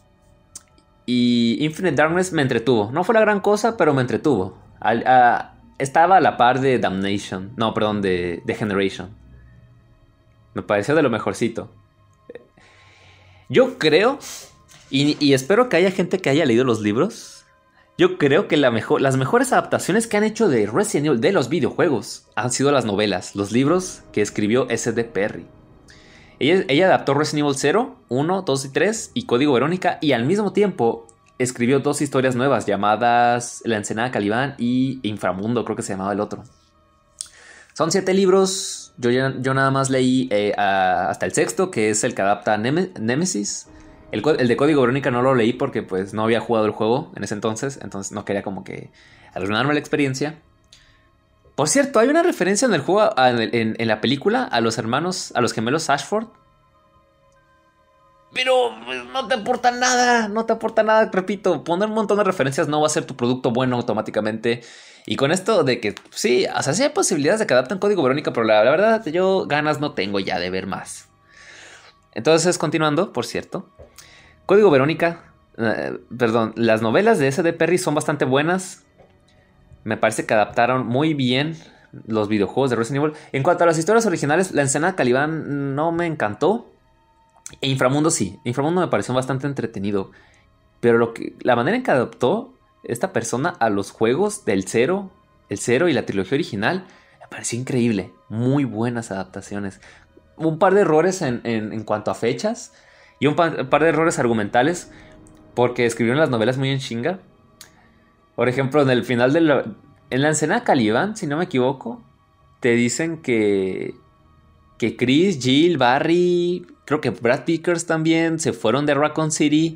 Y Infinite Darkness me entretuvo. No fue la gran cosa, pero me entretuvo. Estaba a la par de Damnation. No, perdón, de Generation. Me pareció de lo mejorcito. Yo creo, y espero que haya gente que haya leído los libros. Yo creo que las mejores adaptaciones que han hecho de Resident Evil de los videojuegos han sido las novelas, los libros que escribió S.D. Perry. Ella adaptó Resident Evil 0, 1, 2 y 3 y Código Verónica, y al mismo tiempo escribió 2 historias nuevas llamadas La Ensenada Calibán y Inframundo, creo que se llamaba el otro. Son 7 libros, yo nada más leí hasta el sexto, que es el que adapta a Nemesis. El de Código Verónica no lo leí porque pues no había jugado el juego en ese entonces no quería como que arruinarme la experiencia. Por cierto, hay una referencia en el juego, en la película, a los gemelos Ashford. Pero pues, no te aporta nada, repito, poner un montón de referencias no va a ser tu producto bueno automáticamente. Y con esto de que, sí, o sea, sí hay posibilidades de que adapten Código Verónica, pero la verdad yo ganas no tengo ya de ver más. Entonces, continuando, por cierto, Código Verónica, las novelas de S.D. Perry son bastante buenas. Me parece que adaptaron muy bien los videojuegos de Resident Evil. En cuanto a las historias originales, La Ensenada Calibán no me encantó. E Inframundo sí. Inframundo me pareció bastante entretenido. Pero la manera en que adaptó esta persona a los juegos del el 0 y la trilogía original, me pareció increíble. Muy buenas adaptaciones. Un par de errores en cuanto a fechas y un par de errores argumentales, porque escribieron las novelas muy en chinga. Por ejemplo, en el final en la Ensenada Calibán, si no me equivoco, te dicen que Chris, Jill, Barry, creo que Brad Pickers también se fueron de Raccoon City.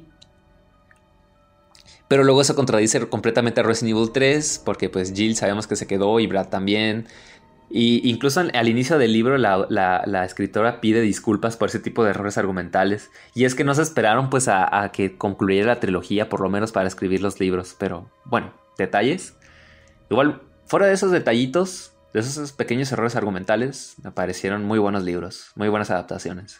Pero luego eso contradice completamente a Resident Evil 3, porque pues Jill sabemos que se quedó y Brad también. Y incluso al inicio del libro la escritora pide disculpas por ese tipo de errores argumentales. Y es que no se esperaron pues a que concluyera la trilogía, por lo menos para escribir los libros. Pero bueno, detalles. Igual, fuera de esos detallitos, de esos pequeños errores argumentales, me parecieron muy buenos libros, muy buenas adaptaciones.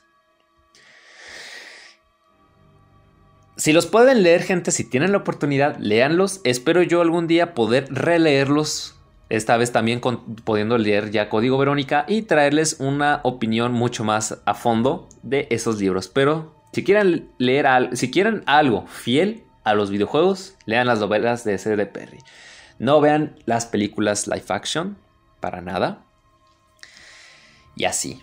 Si los pueden leer, gente, si tienen la oportunidad, léanlos. Espero yo algún día poder releerlos. Esta vez también pudiendo leer ya Código Verónica y traerles una opinión mucho más a fondo de esos libros. Pero si quieren si quieren algo fiel a los videojuegos, lean las novelas de S.D. Perry. No vean las películas live action, para nada. Y así.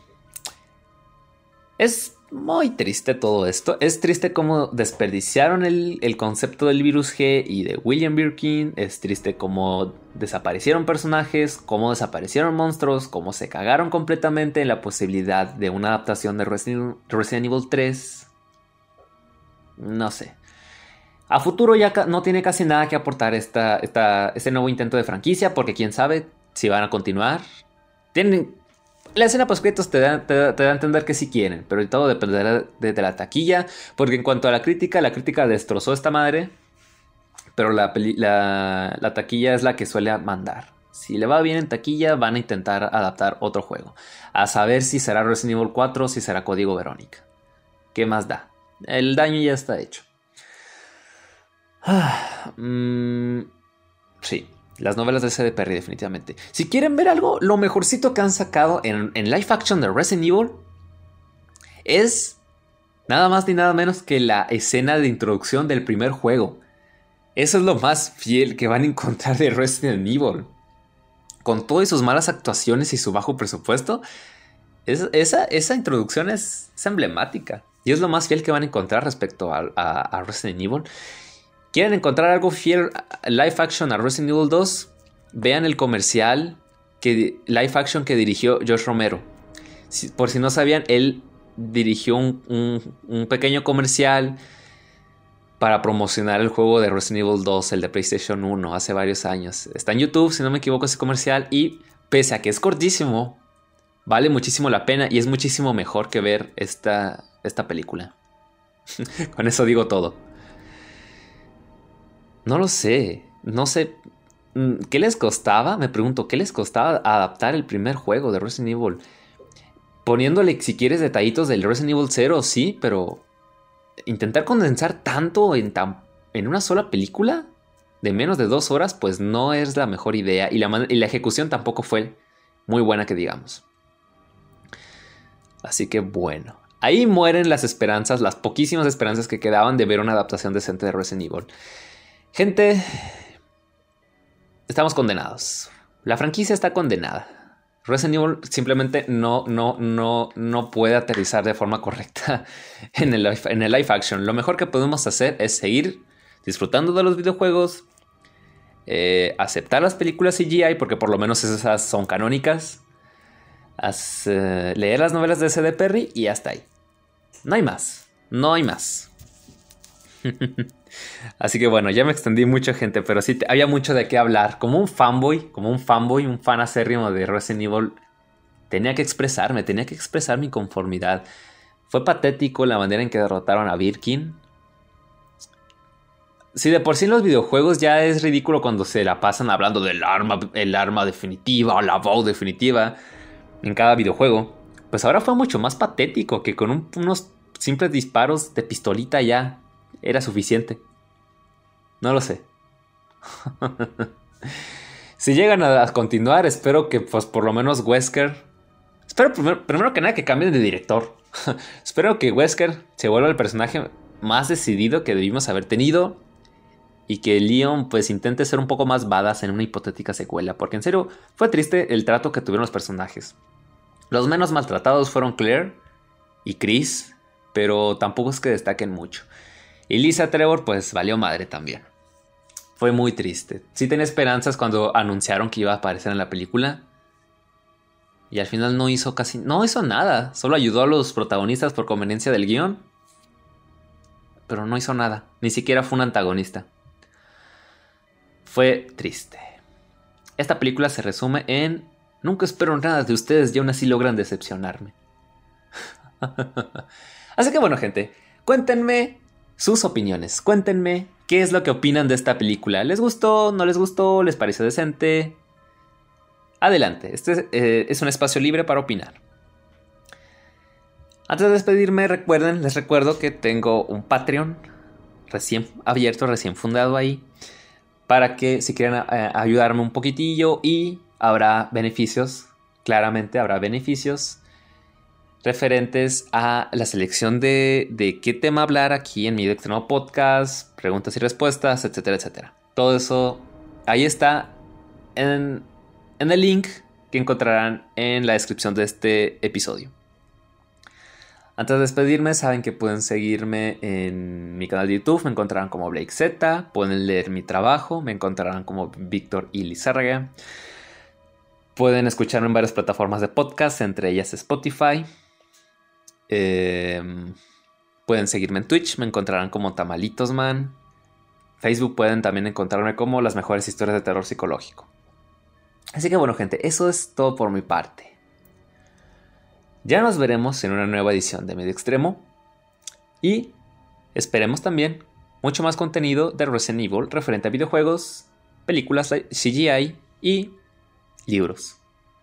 Es muy triste todo esto. Es triste cómo desperdiciaron el concepto del virus G y de William Birkin. Es triste cómo desaparecieron personajes, cómo desaparecieron monstruos, cómo se cagaron completamente en la posibilidad de una adaptación de Resident Evil 3. No sé. A futuro ya no tiene casi nada que aportar este nuevo intento de franquicia, porque quién sabe si van a continuar. La escena post-créditos te da a entender que sí quieren, pero todo dependerá de la taquilla, porque en cuanto a la crítica destrozó esta madre, pero la taquilla es la que suele mandar. Si le va bien en taquilla, van a intentar adaptar otro juego. A saber si será Resident Evil 4 o si será Código Verónica. ¿Qué más da? El daño ya está hecho. Sí. Las novelas de S.D. Perry, definitivamente. Si quieren ver algo, lo mejorcito que han sacado en live action de Resident Evil es nada más ni nada menos que la escena de introducción del primer juego. Eso es lo más fiel que van a encontrar de Resident Evil. Con todas sus malas actuaciones y su bajo presupuesto, esa introducción es emblemática. Y es lo más fiel que van a encontrar respecto a Resident Evil. ¿Quieren encontrar algo fiel live action a Resident Evil 2? Vean el comercial live action que dirigió Josh Romero. Por si no sabían, él dirigió un pequeño comercial para promocionar el juego de Resident Evil 2, el de PlayStation 1, hace varios años. Está en YouTube, si no me equivoco, ese comercial. Y pese a que es cortísimo, Vale muchísimo la pena y es muchísimo mejor que ver esta película. Con eso digo todo. No lo sé. No sé. ¿Qué les costaba? Me pregunto, ¿qué les costaba adaptar el primer juego de Resident Evil? Poniéndole, si quieres, detallitos del Resident Evil 0, sí, pero intentar condensar tanto en una sola película de menos de 2 horas, pues no es la mejor idea. Y la ejecución tampoco fue muy buena, que digamos. Así que bueno, ahí mueren las esperanzas, las poquísimas esperanzas que quedaban de ver una adaptación decente de Resident Evil. Gente, estamos condenados. La franquicia está condenada. Resident Evil simplemente no puede aterrizar de forma correcta en el live action. Lo mejor que podemos hacer es seguir disfrutando de los videojuegos, aceptar las películas CGI, porque por lo menos esas son canónicas, leer las novelas de C.D. Perry y hasta ahí. No hay más. No hay más. Así que bueno, ya me extendí mucho, gente, pero sí había mucho de qué hablar. Como un fanboy, un fan acérrimo de Resident Evil, tenía que expresar mi conformidad. Fue patético la manera en que derrotaron a Birkin. Si de por sí en los videojuegos ya es ridículo cuando se la pasan hablando del el arma definitiva o la voz definitiva en cada videojuego, pues ahora fue mucho más patético, que con unos simples disparos de pistolita ya era suficiente. No lo sé. Si llegan a continuar, espero que pues por lo menos Wesker... Espero primero que nada que cambien de director. Espero que Wesker se vuelva el personaje más decidido que debimos haber tenido, y que Leon pues intente ser un poco más badass en una hipotética secuela, porque en serio fue triste el trato que tuvieron los personajes. Los menos maltratados fueron Claire y Chris, pero tampoco es que destaquen mucho. Y Lisa Trevor pues valió madre también. Fue muy triste. Sí tenía esperanzas cuando anunciaron que iba a aparecer en la película, y al final no hizo nada. Solo ayudó a los protagonistas por conveniencia del guión, pero no hizo nada. Ni siquiera fue un antagonista. Fue triste. Esta película se resume en: nunca espero nada de ustedes y aún así logran decepcionarme. Así que bueno, gente, cuéntenme sus opiniones. Cuéntenme qué es lo que opinan de esta película. ¿Les gustó? ¿No les gustó? ¿Les pareció decente? Adelante, este es un espacio libre para opinar. Antes de despedirme, les recuerdo que tengo un Patreon recién abierto, recién fundado ahí, para que si quieren ayudarme un poquitillo, y habrá beneficios, claramente habrá beneficios referentes a la selección de qué tema hablar aquí en mi Extremo Podcast, preguntas y respuestas, etcétera, etcétera. Todo eso ahí está en el link que encontrarán en la descripción de este episodio. Antes de despedirme, saben que pueden seguirme en mi canal de YouTube, me encontrarán como Blake Z, pueden leer mi trabajo, me encontrarán como Víctor I. Lizárraga. Pueden escucharme en varias plataformas de podcast, entre ellas Spotify. Pueden seguirme en Twitch, me encontrarán como Tamalitosman. Facebook pueden también encontrarme como Las Mejores Historias de Terror Psicológico. Así que bueno, gente, eso es todo por mi parte. Ya nos veremos en una nueva edición de Medio Extremo, y esperemos también mucho más contenido de Resident Evil referente a videojuegos, películas CGI y libros.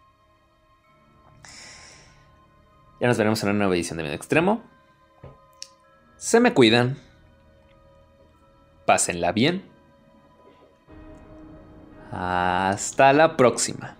Ya nos veremos en una nueva edición de Medio Extremo. Se me cuidan. Pásenla bien. Hasta la próxima.